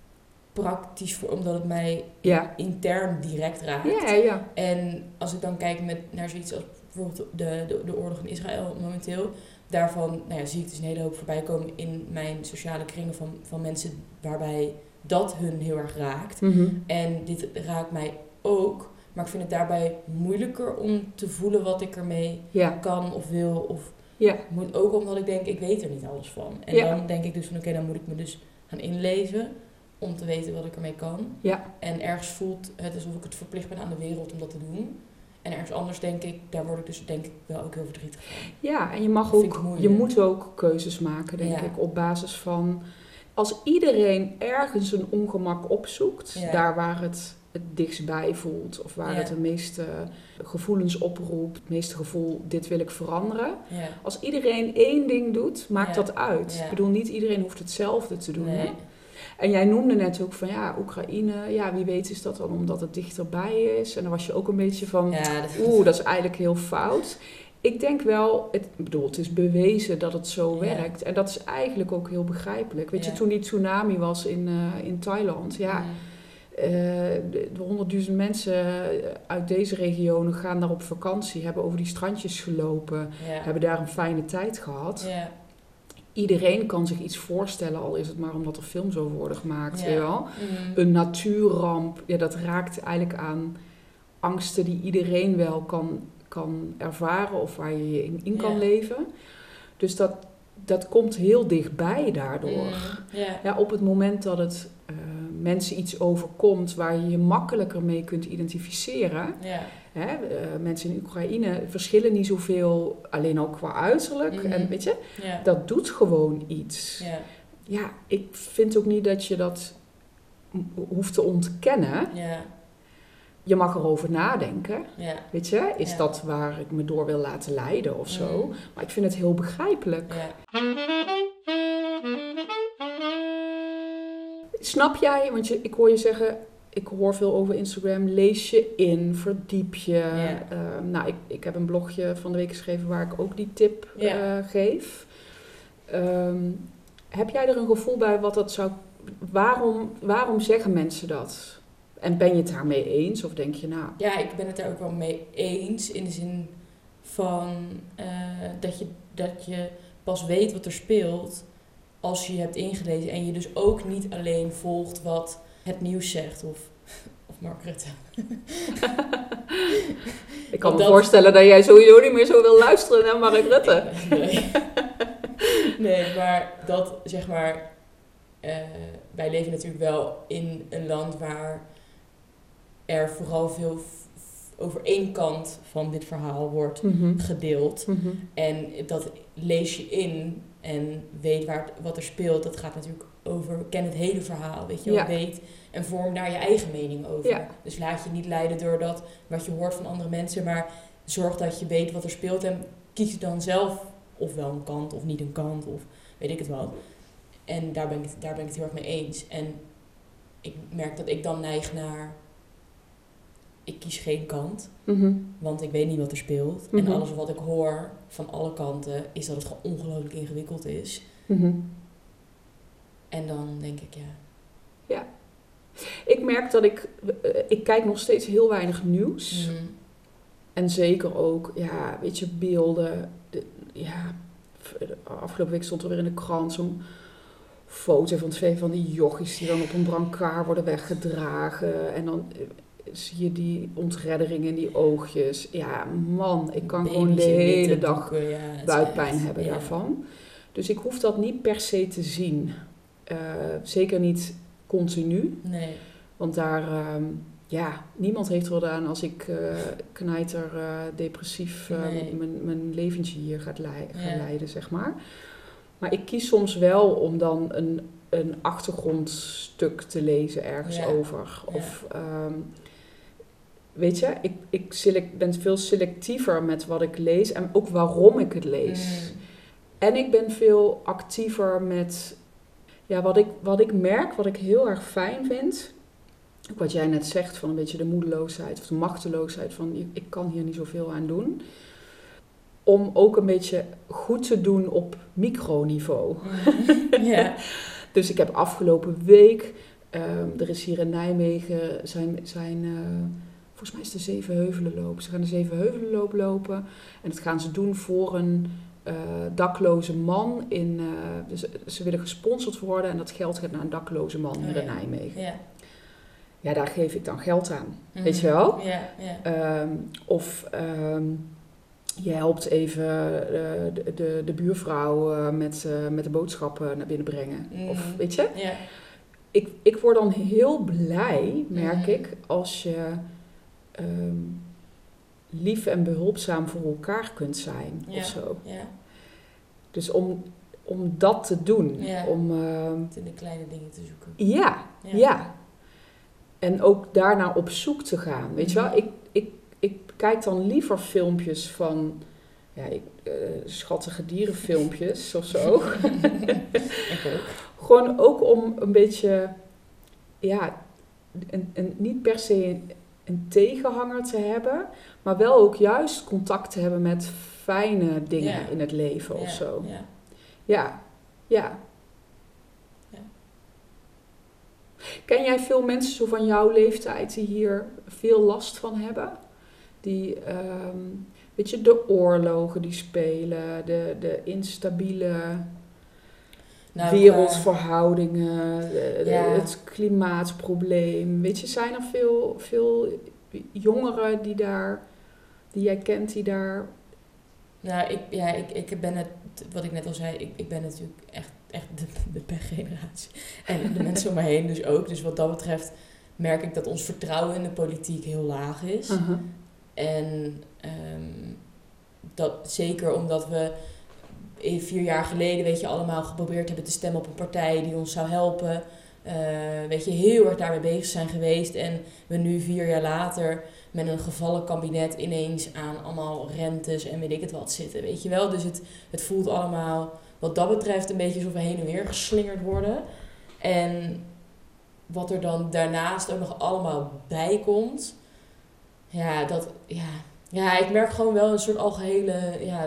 praktisch, voor, omdat het mij Ja. intern direct raakt. Ja, ja. En als ik dan kijk met, naar zoiets als bijvoorbeeld de, de, de oorlog in Israël momenteel. Daarvan nou ja, zie ik dus een hele hoop voorbij komen in mijn sociale kringen van, van mensen waarbij dat hun heel erg raakt. Mm-hmm. En dit raakt mij ook, maar ik vind het daarbij moeilijker om te voelen wat ik ermee Ja. kan of wil. Of Ja. moet, ook omdat ik denk, ik weet er niet alles van. En Ja. dan denk ik dus van oké, okay, dan moet ik me dus gaan inlezen om te weten wat ik ermee kan. Ja. En ergens voelt het alsof ik het verplicht ben aan de wereld om dat te doen. En ergens anders denk ik, daar word ik dus denk ik wel ook heel verdrietig van. Ja, en je mag Dat vind ik ook, moeilijk. je moet ook keuzes maken, denk Ja. ik, op basis van... Als iedereen ergens een ongemak opzoekt, Ja. daar waar het het dichtstbij voelt, of waar Ja. het de meeste gevoelens oproept, het meeste gevoel, dit wil ik veranderen. Ja. Als iedereen één ding doet, maakt Ja. dat uit. Ja. Ik bedoel, niet iedereen hoeft hetzelfde te doen. Nee. Hè? En jij noemde net ook van, ja, Oekraïne, ja, wie weet is dat dan omdat het dichterbij is. En dan was je ook een beetje van, Ja, dat oeh, dat is eigenlijk heel fout. Ik denk wel, het, ik bedoel, het is bewezen dat het zo Ja. werkt. En dat is eigenlijk ook heel begrijpelijk. Weet Ja. je, toen die tsunami was in, uh, in Thailand, ja... Mm. Uh, de, de honderdduizend mensen uit deze regionen gaan daar op vakantie, hebben over die strandjes gelopen, Ja. hebben daar een fijne tijd gehad. Ja. Iedereen kan zich iets voorstellen, al is het maar omdat er films over worden gemaakt. Ja. Weet je wel? Mm. Een natuurramp, ja, dat raakt eigenlijk aan angsten die iedereen wel kan, kan ervaren of waar je je in, in kan Ja. leven. Dus dat, dat komt heel dichtbij daardoor. Mm. Ja. Ja, op het moment dat het uh, mensen iets overkomt waar je je makkelijker mee kunt identificeren. Ja. Hè, uh, mensen in Oekraïne verschillen niet zoveel, alleen ook qua uiterlijk. Mm-hmm. En weet je, Ja. dat doet gewoon iets. Ja. Ja, ik vind ook niet dat je dat hoeft te ontkennen. Ja. Je mag erover nadenken. Ja. Weet je, is Ja. dat waar ik me door wil laten leiden of zo? Mm. Maar ik vind het heel begrijpelijk. Ja. Snap jij, want je, ik hoor je zeggen, ik hoor veel over Instagram, lees je in, verdiep je. Ja. Uh, nou, ik, ik heb een blogje van de week geschreven waar ik ook die tip Ja. uh, geef. Um, heb jij er een gevoel bij wat dat zou... Waarom, waarom zeggen mensen dat? En ben je het daarmee eens? Of denk je, nou... Ja, ik ben het daar ook wel mee eens. In de zin van uh, dat, je, dat je pas weet wat er speelt als je je hebt ingelezen. En je dus ook niet alleen volgt wat het nieuws zegt. Of, of Mark Rutte. Ik kan me dat... voorstellen dat jij sowieso niet meer zo wil luisteren naar Mark Rutte. Nee. Nee, maar dat zeg maar... Uh, wij leven natuurlijk wel in een land waar er vooral veel f- over één kant van dit verhaal wordt Mm-hmm. gedeeld. Mm-hmm. En dat lees je in en weet waar het, wat er speelt. Dat gaat natuurlijk over, ken het hele verhaal, weet je wel, Ja. weet. En vorm daar je eigen mening over. Ja. Dus laat je niet leiden door dat wat je hoort van andere mensen, maar zorg dat je weet wat er speelt en kies dan zelf ofwel een kant of niet een kant of weet ik het wel. En daar ben ik, daar ben ik het heel erg mee eens. En ik merk dat ik dan neig naar... Ik kies geen kant, Mm-hmm. want ik weet niet wat er speelt. Mm-hmm. En alles wat ik hoor van alle kanten is dat het gewoon ongelooflijk ingewikkeld is. Mm-hmm. En dan denk ik, ja... Ja. Ik merk dat ik... Uh, ik kijk nog steeds heel weinig nieuws. Mm. En zeker ook, ja, weet je, beelden. De, ja, afgelopen week stond er weer in de krant zo'n foto van twee van die jochies die dan op een brancard worden weggedragen. En dan uh, zie je die ontreddering in die oogjes. Ja, man, ik kan gewoon de Baby's in hele witte dag doeken, ja, het is buikpijn echt, hebben ja. daarvan. Dus ik hoef dat niet per se te zien. Uh, zeker niet continu. Nee. Want daar, um, ja, niemand heeft er wat aan als ik uh, knijter uh, depressief uh, Nee. mijn, mijn leventje hier gaat lei- ga Ja. leiden, zeg maar. Maar ik kies soms wel om dan een, een achtergrondstuk te lezen ergens Ja. over. Ja. Of, um, weet je, ik, ik select, ben veel selectiever met wat ik lees en ook waarom ik het lees. Mm. En ik ben veel actiever met... Ja, wat ik, wat ik merk, wat ik heel erg fijn vind... Ook wat jij net zegt van een beetje de moedeloosheid of de machteloosheid van... Ik kan hier niet zoveel aan doen. Om ook een beetje goed te doen op microniveau. Mm. Ja. Dus ik heb afgelopen week... Um, er is hier in Nijmegen zijn, zijn uh, volgens mij is het de Zevenheuvelenloop. Ze gaan de Zevenheuvelenloop lopen. En dat gaan ze doen voor een uh, dakloze man. In, uh, dus ze willen gesponsord worden en dat geld gaat naar een dakloze man hier oh, in ja. Nijmegen. Ja. Ja, daar geef ik dan geld aan. Mm-hmm. Weet je wel? Ja, ja. Um, of um, je helpt even uh, de, de, de buurvrouw uh, met, uh, met de boodschappen naar binnen brengen. Mm. Of weet je? Ja. Ik, ik word dan heel blij, merk Mm. ik, als je um, lief en behulpzaam voor elkaar kunt zijn. Ja. Of zo. Ja. Dus om, om dat te doen. Ja. Om, um, in de kleine dingen te zoeken. ja, ja, ja. En ook daarna op zoek te gaan. Weet je wel, ik, ik, ik kijk dan liever filmpjes van, ja, ik, uh, schattige dierenfilmpjes of zo. Ik ook. Gewoon ook om een beetje, ja, een, een, niet per se een, een tegenhanger te hebben, maar wel ook juist contact te hebben met fijne dingen Ja. in het leven Ja. of zo. Ja. Ja, ja. Ja. Ken jij veel mensen zo van jouw leeftijd die hier veel last van hebben? Die, um, weet je, de oorlogen die spelen, de, de instabiele Nou, wereldverhoudingen, de, de, Ja. het klimaatprobleem. Weet je, zijn er veel, veel jongeren die daar, die jij kent, die daar... Nou, ik, ja, ik, ik ben het, wat ik net al zei, ik, ik ben natuurlijk echt, echt de, de pechgeneratie. En de mensen om me heen dus ook. Dus wat dat betreft merk ik dat ons vertrouwen in de politiek heel laag is. Uh-huh. En um, dat zeker omdat we vier jaar geleden, weet je, allemaal geprobeerd hebben te stemmen op een partij die ons zou helpen. Uh, weet je, heel erg daarmee bezig zijn geweest. En we nu vier jaar later met een gevallen kabinet ineens aan allemaal rentes en weet ik het wat zitten, weet je wel. Dus het, het voelt allemaal, wat dat betreft, een beetje alsof we heen en weer geslingerd worden. En wat er dan daarnaast ook nog allemaal bij komt, ja, dat, ja, ja, ik merk gewoon wel een soort algehele, ja,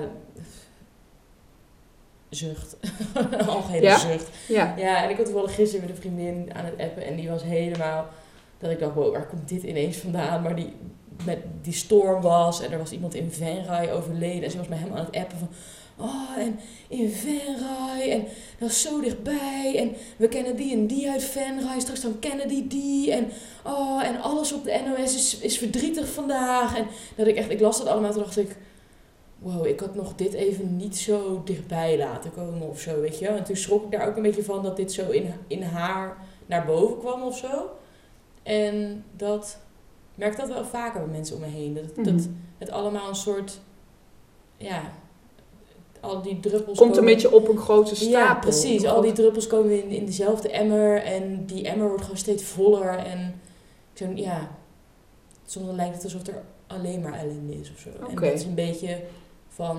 zucht. Een algehele Ja? zucht. Ja. Ja, en ik had toevallig gisteren met een vriendin aan het appen en die was helemaal, dat ik dacht, wow, waar komt dit ineens vandaan? Maar die, met die storm was en er was iemand in Venray overleden en ze was met hem aan het appen van, oh, en in Venray en dat is zo dichtbij en we kennen die en die uit Venray, straks dan kennen die die en oh, en alles op de N O S is, is verdrietig vandaag. En dat ik echt, ik las dat allemaal, toen dacht ik, wow, ik had nog dit even niet zo dichtbij laten komen of zo, weet je wel. En toen schrok ik daar ook een beetje van dat dit zo in, in haar naar boven kwam of zo. En dat, ik merk dat wel vaker bij mensen om me heen. Dat, Mm-hmm. dat het allemaal een soort, ja, al die druppels Komt een komen, beetje op een grote stapel. ja, precies. Al die druppels komen in, in dezelfde emmer en die emmer wordt gewoon steeds voller. En zo, ja, soms lijkt het alsof er alleen maar ellende is of zo. Okay. En dat is een beetje van,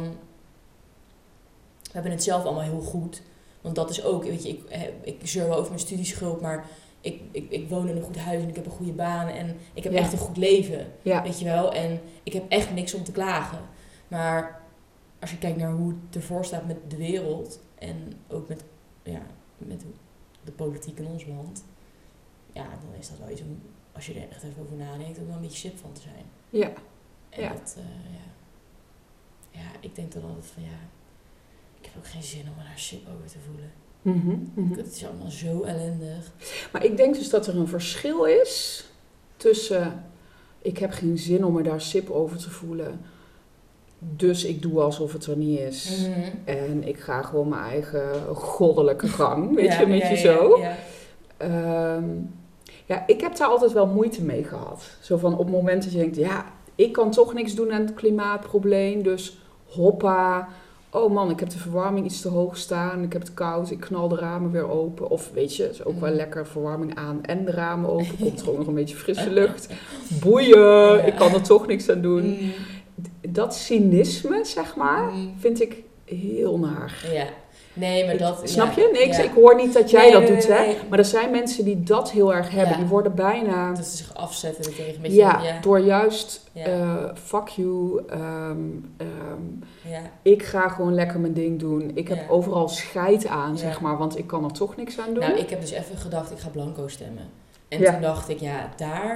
we hebben het zelf allemaal heel goed. Want dat is ook, weet je, ik, ik zeur wel over mijn studieschuld, maar ik, ik, ik woon in een goed huis en ik heb een goede baan en ik heb Ja. echt een goed leven. Ja. Weet je wel? En ik heb echt niks om te klagen. Maar als je kijkt naar hoe het ervoor staat met de wereld en ook met, ja, met de politiek in ons land, ja, dan is dat wel iets om, als je er echt even over nadenkt, ook wel een beetje sip van te zijn. Ja. En Ja. dat, uh, ja. Ja, ik denk dan altijd van, ja, ik heb ook geen zin om me daar sip over te voelen. Mm-hmm. Mm-hmm. Het is allemaal zo ellendig. Maar ik denk dus dat er een verschil is tussen, ik heb geen zin om me daar sip over te voelen, dus ik doe alsof het er niet is. Mm-hmm. En ik ga gewoon mijn eigen goddelijke gang, weet Ja, je, met ja, je ja, zo. Ja, Um, ja, ik heb daar altijd wel moeite mee gehad. Zo van op het moment dat je denkt, ja, ik kan toch niks doen aan het klimaatprobleem, dus hoppa. Oh man, ik heb de verwarming iets te hoog staan, ik heb het koud, ik knal de ramen weer open. Of weet je, het is ook wel Mm. lekker, verwarming aan en de ramen open, komt gewoon nog een beetje frisse lucht. Boeien, Ja. ik kan er toch niks aan doen. Mm. Dat cynisme, zeg maar, Mm. vind ik heel naar. Ja. Nee, maar dat... Snap ja, je? Nee, ik, ja. ik hoor niet dat jij Nee, dat nee, doet, nee, hè. nee. Maar er zijn mensen die dat heel erg hebben. Ja. Die worden bijna... Dat ze zich afzetten er tegen. Met je, Ja, ja, door juist... Ja. eh, fuck you. Um, um, ja. ik ga gewoon lekker mijn ding doen. Ik heb Ja. overal scheid aan, Ja. zeg maar. Want ik kan er toch niks aan doen. Nou, ik heb dus even gedacht, ik ga blanco stemmen. En Ja. toen dacht ik, ja, daar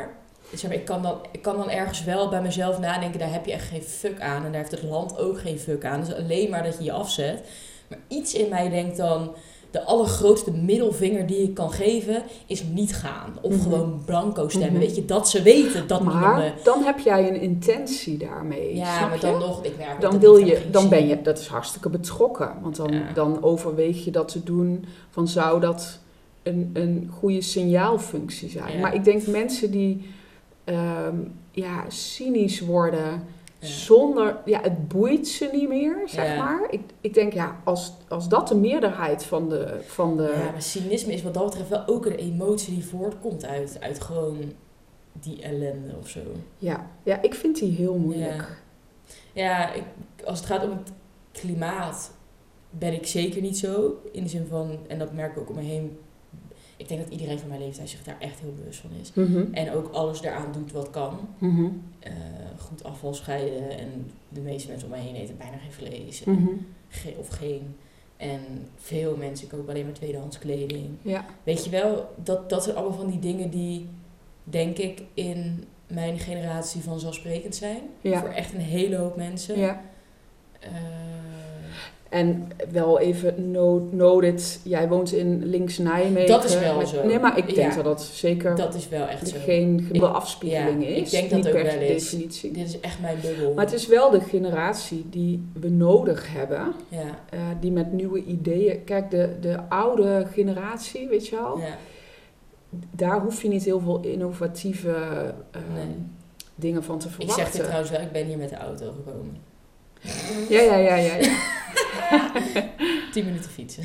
zeg maar, ik, kan dan, ik kan dan ergens wel bij mezelf nadenken, daar heb je echt geen fuck aan. En daar heeft het land ook geen fuck aan. Dus alleen maar dat je je afzet. Maar iets in mij denkt dan, de allergrootste middelvinger die ik kan geven, is niet gaan. Of mm-hmm. gewoon blanco stemmen. Mm-hmm. Weet je, dat ze weten dat maar me... dan heb jij een intentie daarmee. Ja, maar dan nog, ik merk dan dat wil ik je, dan ben je, dat is hartstikke betrokken. Want dan, ja. dan overweeg je dat te doen, van zou dat een, een goede signaalfunctie zijn. Ja. Maar ik denk mensen die um, ja, cynisch worden... Ja. Zonder, ja, het boeit ze niet meer, zeg ja. maar. Ik, ik denk, ja, als, als dat de meerderheid van de, van de... Ja, maar cynisme is wat dat betreft wel ook een emotie die voortkomt uit, uit gewoon die ellende of zo. Ja, ja, ik vind die heel moeilijk. Ja, ja ik, als het gaat om het klimaat ben ik zeker niet zo. In de zin van, en dat merk ik ook om me heen... Ik denk dat iedereen van mijn leeftijd zich daar echt heel bewust van is. Mm-hmm. En ook alles daaraan doet wat kan. Mm-hmm. Uh, goed afval scheiden. En de meeste mensen om mij heen eten bijna geen vlees. Mm-hmm. Ge- of geen. En veel mensen kopen alleen maar tweedehands kleding. Ja. Weet je wel, dat, dat zijn allemaal van die dingen die, denk ik, in mijn generatie vanzelfsprekend zijn. Ja. Voor echt een hele hoop mensen. Ja. Uh, En wel even no- noted, jij woont in links Nijmegen. Dat is wel met, zo. Nee, maar ik denk ja. dat dat zeker dat is wel echt zo. geen gemiddelde afspiegeling ja, is. Ik denk dat niet ook per wel is. definitie. Dit is echt mijn bubbel. Maar het is wel de generatie die we nodig hebben. Ja. Uh, die met nieuwe ideeën... Kijk, de, de oude generatie, weet je wel... Ja. Daar hoef je niet heel veel innovatieve uh, nee. dingen van te verwachten. Ik zeg dit trouwens wel, ik ben hier met de auto gekomen. Ja, ja, ja, ja. ja. Tien minuten fietsen.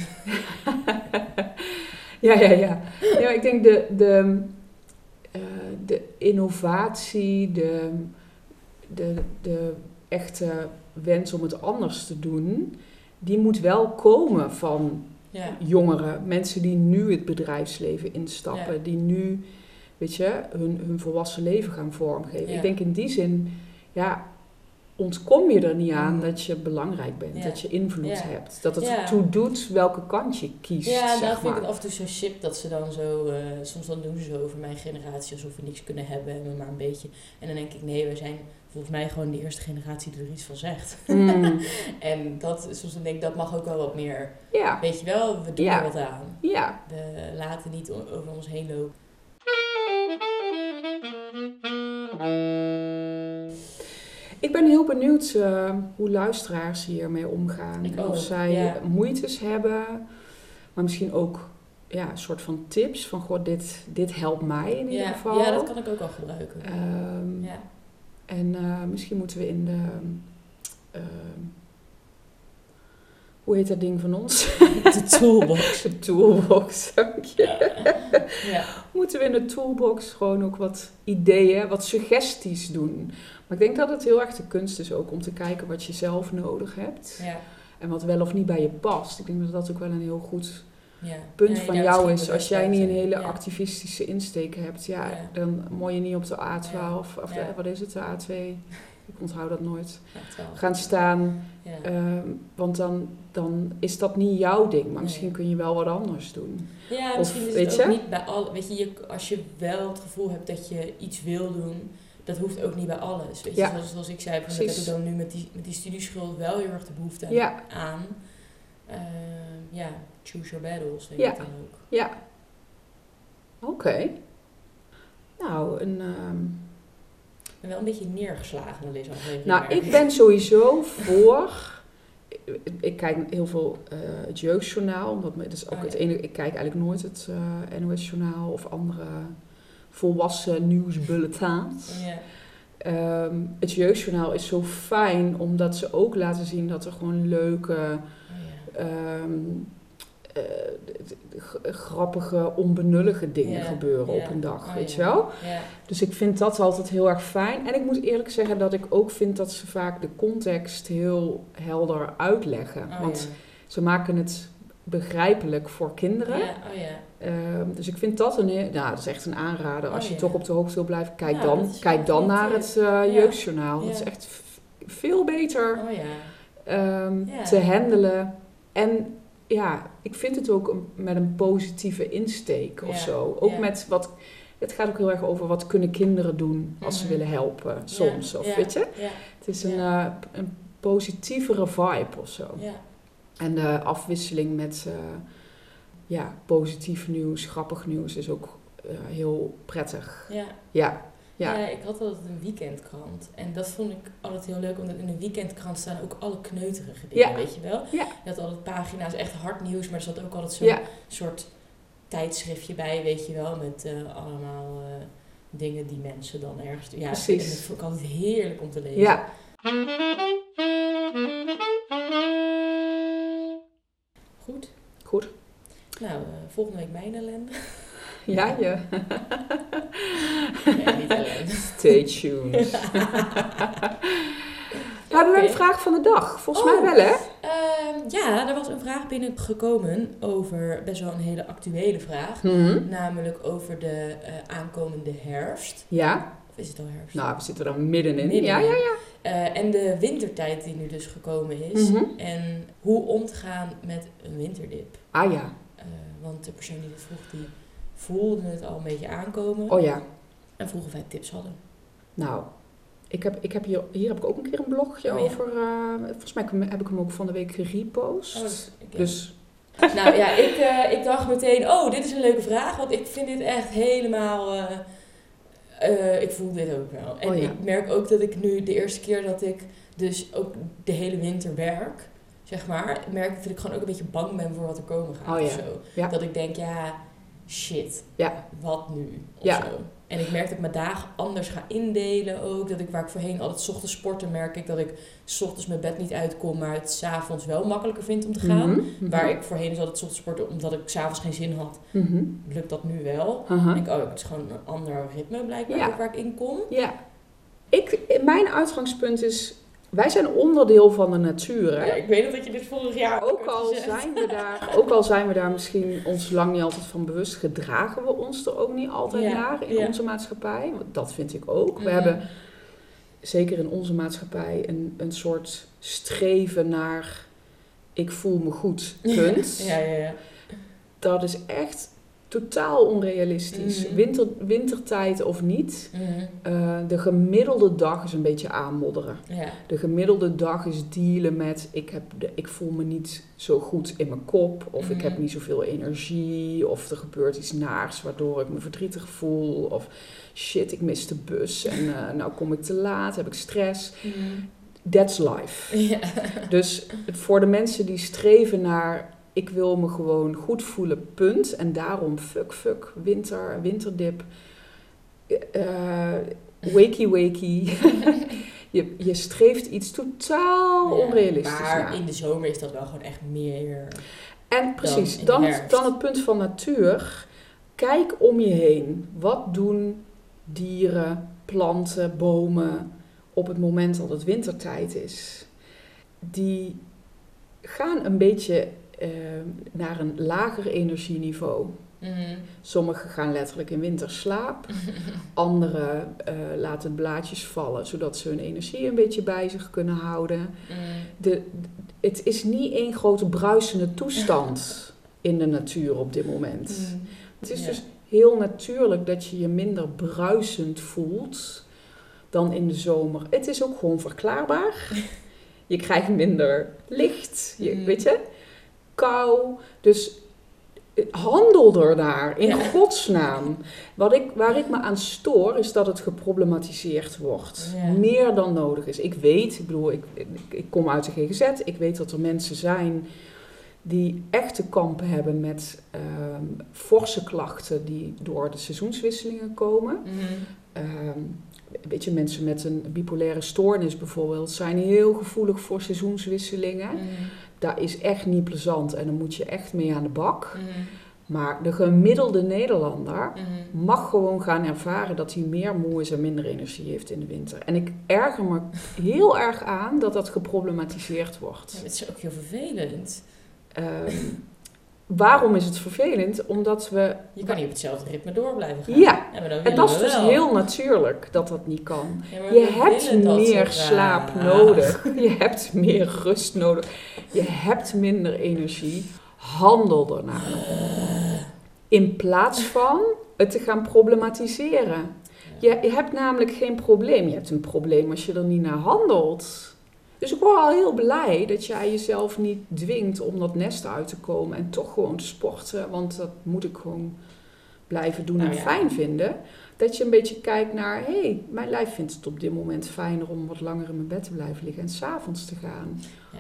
ja, ja, ja. Ja, ik denk de, de, uh, de innovatie, de, de, de echte wens om het anders te doen, die moet wel komen van ja. jongeren. Mensen die nu het bedrijfsleven instappen, ja. die nu, weet je, hun, hun volwassen leven gaan vormgeven. Ja. Ik denk in die zin, ja... ontkom je er niet aan mm. dat je belangrijk bent, ja. dat je invloed ja. hebt. Dat het ja. ertoe doet welke kant je kiest, Ja, zeg nou vind maar. ik het af en toe zo shit dat ze dan zo... Uh, soms dan doen ze zo over mijn generatie alsof we niks kunnen hebben en we maar een beetje... En dan denk ik, nee, we zijn volgens mij gewoon de eerste generatie die er iets van zegt. Mm. En dat, soms dan denk ik, dat mag ook wel wat meer... Ja. Weet je wel, we doen ja. er wat aan. Ja. We laten niet over ons heen lopen. Ik ben heel benieuwd uh, hoe luisteraars hiermee omgaan. Ik of ook, zij ja. moeites hebben. Maar misschien ook ja, een soort van tips. Van, goh, dit, dit helpt mij in ieder ja, geval. Ja, dat kan ik ook wel gebruiken. Um, ja. En uh, misschien moeten we in de... Uh, hoe heet dat ding van ons? De toolbox. De toolbox, dank je. Ja. Ja. Moeten we in de toolbox gewoon ook wat ideeën, wat suggesties doen. Maar ik denk dat het heel erg de kunst is ook om te kijken wat je zelf nodig hebt. Ja. En wat wel of niet bij je past. Ik denk dat dat ook wel een heel goed ja. punt ja, van ja, jou is. Als jij niet een hele ja. activistische insteek hebt, ja, ja. dan moet je niet op de A twaalf, ja. of de, Ja. wat is het, de A twee... Ik onthoud dat nooit. Ja, gaan staan. Ja. Um, want dan, dan is dat niet jouw ding. Maar nee. misschien kun je wel wat anders doen. Ja, of, misschien is weet het je? ook niet bij alle... Weet je, je, als je wel het gevoel hebt dat je iets wil doen... Dat hoeft ook niet bij alles. Weet je, ja. zoals, zoals ik zei, van, dat heb ik dan nu met die, met die studieschuld wel heel erg de behoefte ja. aan. Uh, ja, choose your battles, denk ja. ik dan ook. Ja. Oké. Okay. Nou, een... Um... Ik ben wel een beetje neergeslagen in deze aflevering. Nou, ik ben sowieso voor... ik, ik kijk heel veel uh, het Jeugdjournaal. Omdat het is ook oh, het ja. enige... Ik kijk eigenlijk nooit het uh, N O S-journaal of andere volwassen nieuwsbulletins. Ja. Um, het Jeugdjournaal is zo fijn, omdat ze ook laten zien dat er gewoon leuke... Oh, ja. um, uh, g- grappige, onbenullige dingen ja, gebeuren ja. op een dag, oh, weet ja. je wel? Ja. Dus ik vind dat altijd heel erg fijn. En ik moet eerlijk zeggen dat ik ook vind dat ze vaak de context heel helder uitleggen. Oh, Want ja. ze maken het begrijpelijk voor kinderen. Ja, oh ja. Um, dus ik vind dat een heel, nou, dat is echt een aanrader. Als oh, je ja. toch op de hoogte wil blijven, kijk ja, dan, kijk dan naar tip. het uh, ja. Jeugdjournaal. Ja. Dat is echt f- veel beter Oh, ja. um, ja. te handelen. En ja, ik vind het ook een, met een positieve insteek of ja. zo. Ook ja. met wat het gaat ook heel erg over wat kunnen kinderen doen als ze Mhm. willen helpen soms. Ja, Of ja, weet je, Ja, het is een, Ja. eh, een positievere vibe of zo. ja. En de afwisseling met eh, ja, positief nieuws, grappig nieuws is ook eh, heel prettig. ja. Ja, ja. Ja, ik had altijd een weekendkrant. En dat vond ik altijd heel leuk, omdat in een weekendkrant staan ook alle kneuterige dingen, Ja. weet je wel. Ja. Je had altijd pagina's, echt hard nieuws, maar er zat ook altijd zo'n Ja. soort tijdschriftje bij, weet je wel, met eh, allemaal eh, dingen die mensen dan ergens... Ja, Precies. en dat vond ik altijd heerlijk om te lezen. Ja. Goed. Goed. Nou, eh, volgende week mijn ellende. Ja, je. Nee, niet ellende. Stay tuned. We hebben Oké. een vraag van de dag. Volgens Oh. mij wel, hè? Ehm, ja, er was een vraag binnengekomen over, best wel een hele actuele vraag. Mhm. Namelijk over de eh, aankomende herfst. Ja. Of is het al herfst? Nou, we zitten er middenin. Middenin. Ja, ja, ja. Eh, en de wintertijd die nu dus gekomen is. Mhm. En hoe om te gaan met een winterdip. Ah ja. Eh, want de persoon die dit vroeg, die voelde het al een beetje aankomen. Oh ja. En vroeg of wij tips hadden. Nou, ik heb, ik heb hier, hier heb ik ook een keer een blogje Oh ja. over. eh, volgens mij heb ik hem ook van de week gerepost. Oh, dus ik- Dus Nou ja, ik, eh, ik dacht meteen, oh, dit is een leuke vraag. Want ik vind dit echt helemaal... eh, eh, ik voel dit ook wel. En Oh ja. ik merk ook dat ik nu de eerste keer dat ik dus ook de hele winter werk, zeg maar, merk ik dat ik gewoon ook een beetje bang ben voor wat er komen gaat Oh of ja. zo. Ja. Dat ik denk, ja, shit, ja, wat nu? Of Ja. zo. En ik merk dat ik mijn dagen anders ga indelen ook. Dat ik waar ik voorheen altijd 's ochtends sporten, merk ik dat ik 's ochtends mijn bed niet uitkom, maar het 's avonds wel makkelijker vind om te gaan. Mhm, mhm. Waar ik voorheen dus altijd 's ochtends sporten omdat ik 's avonds geen zin had, Mhm. lukt dat nu wel. Aha. Ik denk, oh, het is gewoon een ander ritme blijkbaar Ja. ook waar ik in kom. Ja. Ik, mijn uitgangspunt is, wij zijn onderdeel van de natuur. Hè? Ja, ik weet nog dat je dit vorig jaar Ook al, zijn we daar, ook al zijn we daar misschien ons lang niet altijd van bewust, gedragen we ons er ook niet altijd Ja, naar in ja. onze maatschappij. Want dat vind ik ook. We Mhm. hebben zeker in onze maatschappij een, een soort streven naar ik voel me goed, punt. Ja, ja, ja. Dat is echt totaal onrealistisch. Mhm. Winter, wintertijd of niet. Mhm. Uh, de gemiddelde dag is een beetje aanmodderen. Ja. De gemiddelde dag is dealen met ik, heb de, ik voel me niet zo goed in mijn kop. Of ik Mhm. heb niet zoveel energie. Of er gebeurt iets naars waardoor ik me verdrietig voel. Of shit, ik mis de bus. En uh, nou kom ik te laat, heb ik stress. Mhm. That's life. Ja. Dus voor de mensen die streven naar ik wil me gewoon goed voelen, punt. En daarom fuck, fuck, winter, winterdip. Uh, wakey, wakey. je, je streeft iets totaal Ja, onrealistisch maar naar. in de zomer is dat wel gewoon echt meer... En precies, in de dan, herfst. dan het punt van natuur. Kijk om je heen. Wat doen dieren, planten, bomen op het moment dat het wintertijd is? Die gaan een beetje uh, naar een lager energieniveau. Mm. Sommigen gaan letterlijk in winterslaap. Anderen uh, laten blaadjes vallen, zodat ze hun energie een beetje bij zich kunnen houden. Mm. De, het is niet één grote bruisende toestand in de natuur op dit moment. Mm. Het is Ja. dus heel natuurlijk dat je je minder bruisend voelt dan in de zomer. Het is ook gewoon verklaarbaar. Je krijgt minder licht, je, Mm. weet je, kou. Dus handel er naar, in Ja. godsnaam. Wat ik, waar ik me aan stoor, is dat het geproblematiseerd wordt. Ja. Meer dan nodig is. Ik weet, ik bedoel, ik, ik, ik kom uit de G G Z. Ik weet dat er mensen zijn die echt te kampen hebben met um, forse klachten die door de seizoenswisselingen komen. Mm. Um, weet je, mensen met een bipolaire stoornis bijvoorbeeld zijn heel gevoelig voor seizoenswisselingen. Mm. Dat is echt niet plezant en daar moet je echt mee aan de bak. Mm. Maar de gemiddelde Nederlander Mm. mag gewoon gaan ervaren dat hij meer moe is en minder energie heeft in de winter. En ik erger me heel erg aan dat dat geproblematiseerd wordt. Ja, het is ook heel vervelend. Um, waarom is het vervelend? Omdat we... Je kan niet op hetzelfde ritme door blijven gaan. Ja, Ja, maar dat en dat is willen we dus wel. heel natuurlijk dat dat niet kan. Ja, maar Je we hebt willen dat meer zo slaap graag. nodig. Je hebt meer rust nodig. Je hebt minder energie. Handel ernaar. In plaats van het te gaan problematiseren. Je, je hebt namelijk geen probleem. Je hebt een probleem als je er niet naar handelt. Dus ik word al heel blij dat jij jezelf niet dwingt om dat nest uit te komen. En toch gewoon te sporten. Want dat moet ik gewoon blijven doen en Nou ja. fijn vinden. Dat je een beetje kijkt naar, hé, hey, mijn lijf vindt het op dit moment fijner om wat langer in mijn bed te blijven liggen en 's avonds te gaan. Ja.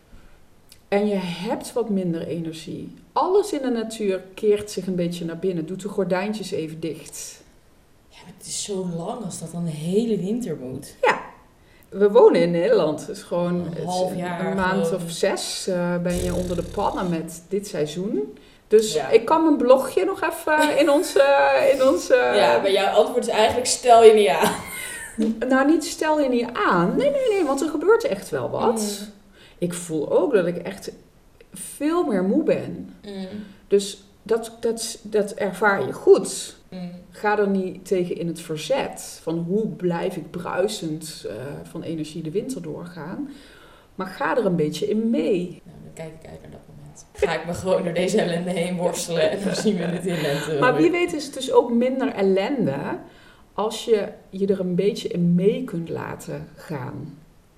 En je hebt wat minder energie. Alles in de natuur keert zich een beetje naar binnen. Doet de gordijntjes even dicht. Ja, maar het is zo lang als dat dan de hele winter moet. Ja, we wonen in Nederland. Dus gewoon Een het is half een- jaar een maand gewoon. of zes uh, ben je onder de pannen met dit seizoen. Dus Ja. ik kan mijn blogje nog even in onze... In onze Ja, maar jouw antwoord is eigenlijk stel je niet aan. Nou, niet stel je niet aan. Nee, nee, nee, want er gebeurt echt wel wat. Mm. Ik voel ook dat ik echt veel meer moe ben. Mm. Dus dat, dat, dat ervaar je goed. Mm. Ga er niet tegen in het verzet van hoe blijf ik bruisend uh, van energie de winter doorgaan. Maar ga er een beetje in mee. Nou, dan kijk ik uit naar dat moment. Ga ik me gewoon door deze ellende heen worstelen en dan zien we het in lente. Maar wie weet is het dus ook minder ellende als je je er een beetje in mee kunt laten gaan.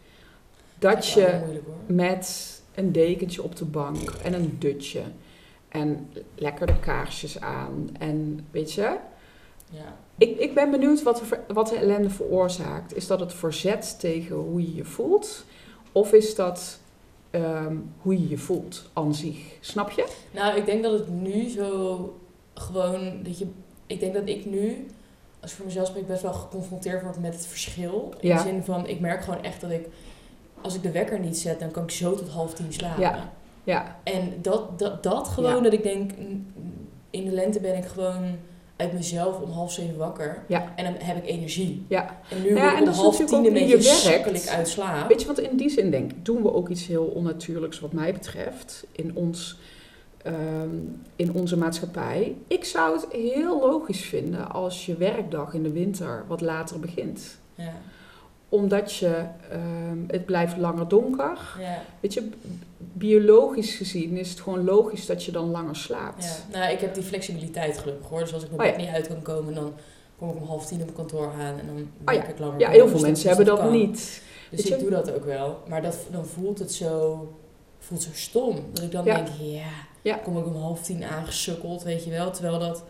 Dat is wel je heel moeilijk, hoor. met een dekentje op de bank en een dutje en lekker de kaarsjes aan en weet je... Ja. Ik, ik ben benieuwd wat de, ver- wat de ellende veroorzaakt. Is dat het verzet tegen hoe je je voelt? Of is dat um, hoe je je voelt aan zich? Snap je? Nou, ik denk dat het nu zo gewoon dat je... Ik denk dat ik nu, als ik voor mezelf spreek, best wel geconfronteerd word met het verschil. In Ja. de zin van, ik merk gewoon echt dat ik... Als ik de wekker niet zet, dan kan ik zo tot half tien slapen. Ja. Ja. En dat, dat, dat gewoon, Ja. dat ik denk... In de lente ben ik gewoon uit mezelf om half zeven wakker. Ja. En dan heb ik energie. Ja. En nu Ja, word ik en om dat is half natuurlijk tien een ook beetje hoe je werkt. sukkelig uit slaap. Weet je, want in die zin denk ik, doen we ook iets heel onnatuurlijks wat mij betreft. In, ons, um, in onze maatschappij. Ik zou het heel logisch vinden als je werkdag in de winter wat later begint. Ja. Omdat je, um, het blijft langer donker. Ja. Weet je, biologisch gezien is het gewoon logisch dat je dan langer slaapt. Ja. Nou, ik heb die flexibiliteit gelukkig hoor. Dus als ik mijn Oh, bed ja. niet uit kan komen, dan kom ik om half tien op mijn kantoor aan en dan Oh, werk ja. ik langer. Ja, door. heel Dus veel mensen dus hebben dat kan. niet. Dus Weet je? ik doe dat ook wel. Maar dat, dan voelt het zo, voelt zo stom. Dat ik dan Ja. denk, ja, Ja. kom ik om half tien aangesukkeld, weet je wel. Terwijl dat,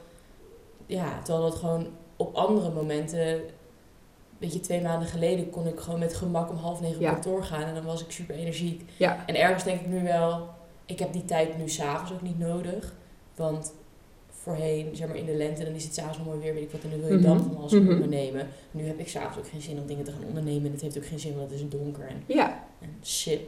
ja, terwijl dat gewoon op andere momenten... Weet je, twee maanden geleden kon ik gewoon met gemak om half negen op Ja. kantoor gaan. En dan was ik super energiek. Ja. En ergens denk ik nu wel, ik heb die tijd nu s'avonds ook niet nodig. Want voorheen, zeg maar in de lente, dan is het s'avonds nog mooi weer, weet ik wat. En dan wil je dan Mhm. van alles Mhm. ondernemen. Nu heb ik s'avonds ook geen zin om dingen te gaan ondernemen. En het heeft ook geen zin, want het is donker en, Ja. en shit.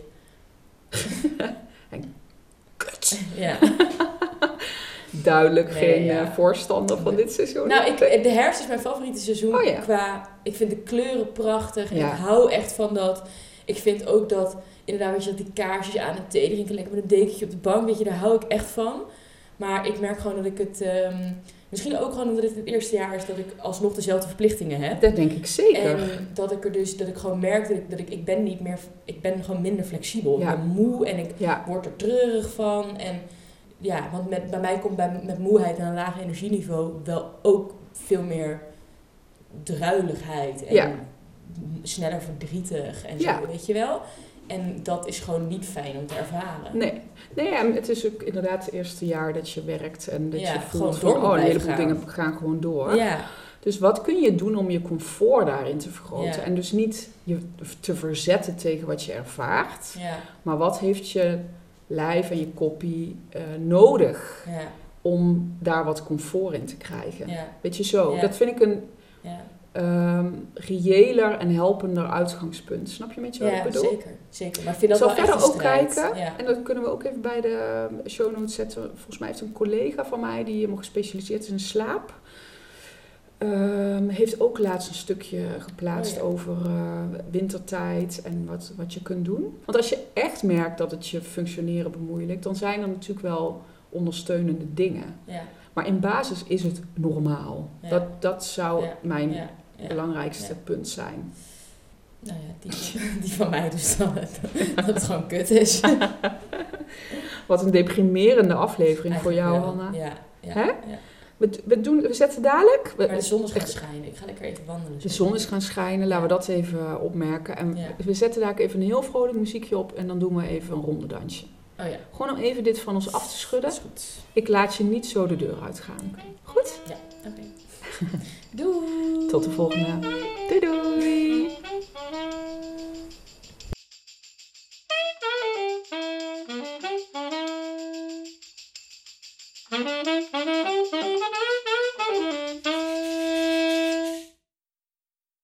En kut. Ja. Duidelijk Nee, geen ja. uh, voorstander van dit seizoen. Nou, ik, de herfst is mijn favoriete seizoen. Oh ja. Qua, ik vind de kleuren prachtig. En Ja. ik hou echt van dat. Ik vind ook dat, inderdaad, weet je, dat die kaarsjes aan het thee drinken, lekker met een dekentje op de bank, weet je, daar hou ik echt van. Maar ik merk gewoon dat ik het, um, misschien ook gewoon omdat het het eerste jaar is dat ik alsnog dezelfde verplichtingen heb. Dat denk ik zeker. En dat ik er dus, dat ik gewoon merk dat ik, dat ik, ik ben niet meer, ik ben gewoon minder flexibel. Ja. Ik ben moe en ik Ja. word er treurig van. En ja, want met, bij mij komt bij, met moeheid en een laag energieniveau wel ook veel meer druiligheid. En Ja. sneller verdrietig en Ja. zo, weet je wel. En dat is gewoon niet fijn om te ervaren. Nee. Nee, en het is ook inderdaad het eerste jaar dat je werkt en dat Ja, je gewoon voelt door van, moet oh, een blijven heleboel gaan. dingen gaan gewoon door. Ja, Dus wat kun je doen om je comfort daarin te vergroten? Ja. En dus niet je te verzetten tegen wat je ervaart, ja, maar wat heeft je lijf en je koppie uh, nodig ja, om daar wat comfort in te krijgen? ja, Weet je zo, Ja. dat vind ik een ja. um, reëler en helpender uitgangspunt. Snap je met je wat Ja, ik bedoel? zeker, zeker. Maar ik vind Ik dat zal wel echt verder een ook strijd. kijken, Ja. en dat kunnen we ook even bij de show notes zetten. Volgens mij heeft een collega van mij, die helemaal gespecialiseerd is in slaap, um, heeft ook laatst een stukje geplaatst Oh ja. over uh, wintertijd en wat, wat je kunt doen. Want als je echt merkt dat het je functioneren bemoeilijkt, dan zijn er natuurlijk wel ondersteunende dingen. Ja, Maar in basis is het normaal. Ja. Dat, dat zou Ja. mijn ja, ja. belangrijkste Ja. punt zijn. Nou ja, die, die van mij dus dan, dat het gewoon kut is. Wat een deprimerende aflevering voor jou, Eigenlijk wel, Hanna. Ja. Ja, Hè? ja. We, we, doen, we zetten dadelijk... We, Maar de zon is gaan schijnen. Ik ga lekker even wandelen. de zon is gaan schijnen, laten we dat even opmerken. En Ja. we zetten daar even een heel vrolijk muziekje op en dan doen we even een rondedansje. Oh ja. Gewoon om even dit van ons af te schudden. Dat is goed. Ik laat je niet zo de deur uitgaan. Goed? Ja, oké. Okay. Doei! Tot de volgende. Doei doei! Thank you.